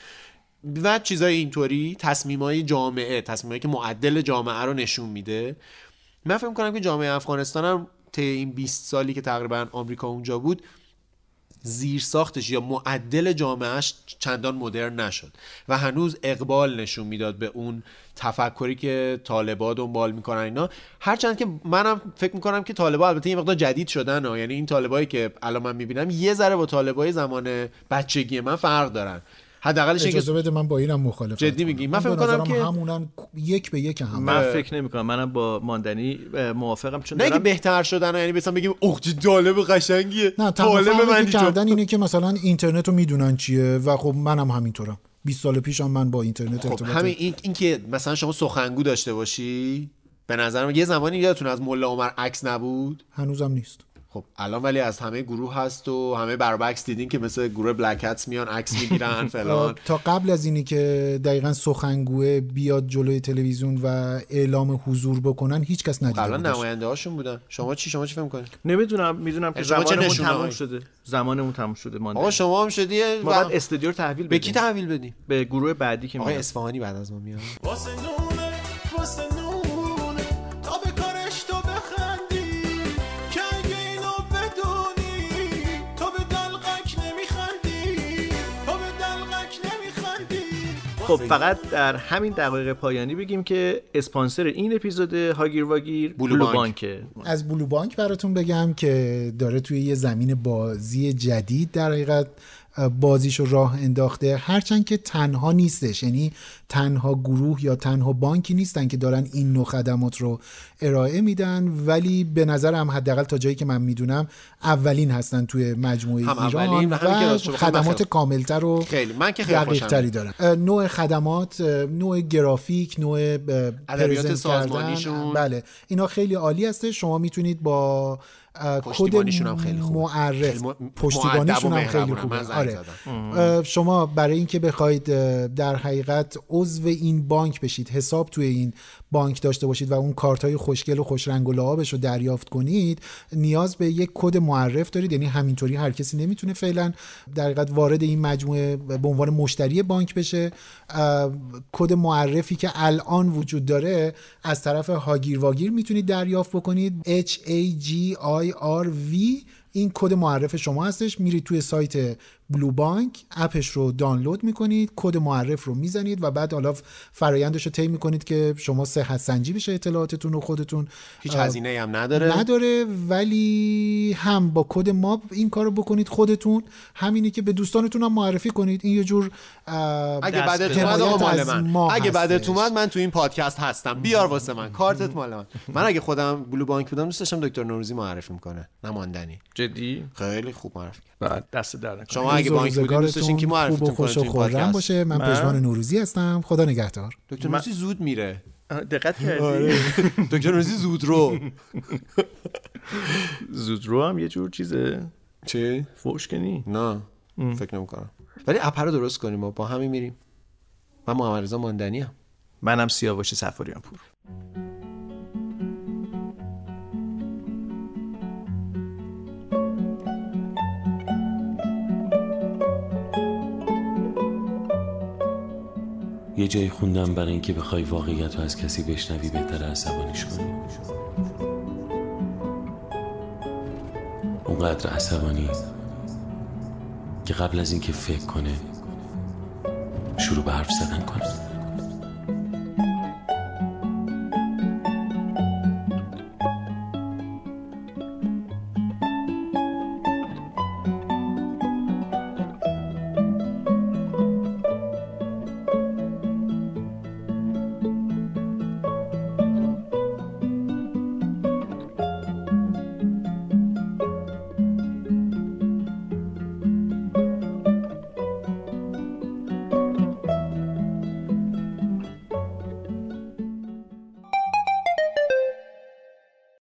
و چیزای اینطوری. تصمیمای جامعه، تصمیمایی که معدل جامعه رو نشون میده. من فکر می‌کنم که جامعه افغانستان هم طی این بیست سالی که تقریبا آمریکا اونجا بود زیر ساختش یا معدل جامعهش چندان مدرن نشد و هنوز اقبال نشون میداد به اون تفکری که طالبان دنبال میکنن اینا. هرچند که منم فکر میکنم که طالبان البته این مقدار جدید شدن ها. یعنی این طالبایی که الان من میبینم یه ذره با طالبای زمان بچگی من فرق دارن. حداقلش اجازه بده من با اینم مخالفم. جدی میگی؟ من فکر می‌کنم که همونن یک به یک هم. من فکر نمی‌کنم. منم با ماندنی موافقم، چون نه که بهتر شدن، یعنی مثلا بگیم اوه چه جالب قشنگیه. نه طالب من کردن اینه که مثلا اینترنت رو میدونن چیه و خب منم همینطورم. بیست سال پیشم من با اینترنت خب ارتباط همین این, این که مثلا شما سخنگو داشته باشی، به نظرم یه زمانی یادتون از ملا عمر عکس نبود؟ هنوزم نیست. خب الان ولی از همه گروه هست و همه برعکس دیدین که مثل گروه بلک هتس میان عکس میگیرن فلان. تا قبل از اینی که دقیقاً سخنگوه بیاد جلوی تلویزیون و اعلام حضور بکنن هیچ کس ندیده بود. الان نماینده هاشون بودن. شما چی شما چی فکر می‌کنید؟ نمیدونم، میدونم که زمانمون تموم شده. زمانمون تموم شده. مانده. آقا شما هم شدی ما بعد استودیو رو تحویل بدیم. به کی تحویل بدیم؟ به گروه بعدی که آقای اصفهانی بعد از ما میاد. واسه نونه واسه نونه تا به کارش تو بخندی که اگه اینو بدونی تو به دلقک نمیخندی تو به دلقک نمیخندی. خب فقط در همین دقایق پایانی بگیم که اسپانسر این اپیزود هاگیر واگیر بلو, بلو بانکه. از بلو بانک براتون بگم که داره توی یه زمین بازی جدید در حقیقت بازیشو راه انداخته، هرچند که تنها نیستش، یعنی تنها گروه یا تنها بانکی نیستن که دارن این نوع خدمات رو ارائه میدن، ولی به نظرم حداقل تا جایی که من میدونم اولین هستن توی مجموعه ایران و, و خدمات کاملتر و دقیق‌تری دارن. نوع خدمات، نوع گرافیک، نوع ادبیات سازمانیشون، بله اینا خیلی عالی هست. شما میتونید با پشتیبانیشون هم خیلی خوبه، معرف پشتیبانیشون هم خیلی خوبه. آره. شما برای اینکه بخواید در حقیقت عضو این بانک بشید، حساب توی این بانک داشته باشید و اون کارت‌های خوشگل و خوش رنگ و لعابش رو دریافت کنید، نیاز به یک کد معرف دارید. یعنی همینطوری هر کسی نمیتونه فعلا در حقیقت وارد این مجموعه به عنوان مشتری بانک بشه. کد معرفی که الان وجود داره از طرف هاگیر واگیر میتونید دریافت بکنید. H A G I R V این کد معرف شما هستش. میرید توی سایت بلو بانک، اپش رو دانلود میکنید، کد معرف رو میزنید و بعد حالا فرآیندش رو طی میکنید که شما صحت سنجی بشه اطلاعاتتون و خودتون. هیچ هزینه‌ای هم نداره نداره ولی هم با کد ما این کارو بکنید خودتون، همینی که به دوستانتون هم معرفی کنید. این یه جور اگه بعدت اومد آقا مال من، اگه بعدت اومد من تو این پادکست هستم، بیار واسه من کارتت مال من. من اگه خودم بلو بانک بودم دوست داشتم دکتر نوروزی معرفی میکنه، نماندنی. جدی خیلی خوب معرفی بعد دست در نکنه. شما اگه بانک بودین دوست داشتین کی معرفیتون کنه تو پادکست باشه؟ من پژمان نوروزی هستم. خدا نگهدار. دکتر نوروزی زود میره. دقت کردی؟ دکتر نوروزی زود رو زود رو هم یه جور چیزه. چه؟ فوش کنی؟ نه فکر نمی‌کنم. ولی اپ رو درست کنیم ما با همین میریم. من محمد رضا ماندنی ام. منم سیاوش سفاریان پور. یه جایی خوندم برای اینکه بخوای واقعیت رو از کسی بشنوی بهتره عصبانیش کنی. اونقدر عصبانی که قبل از اینکه فکر کنه شروع به حرف زدن کنه.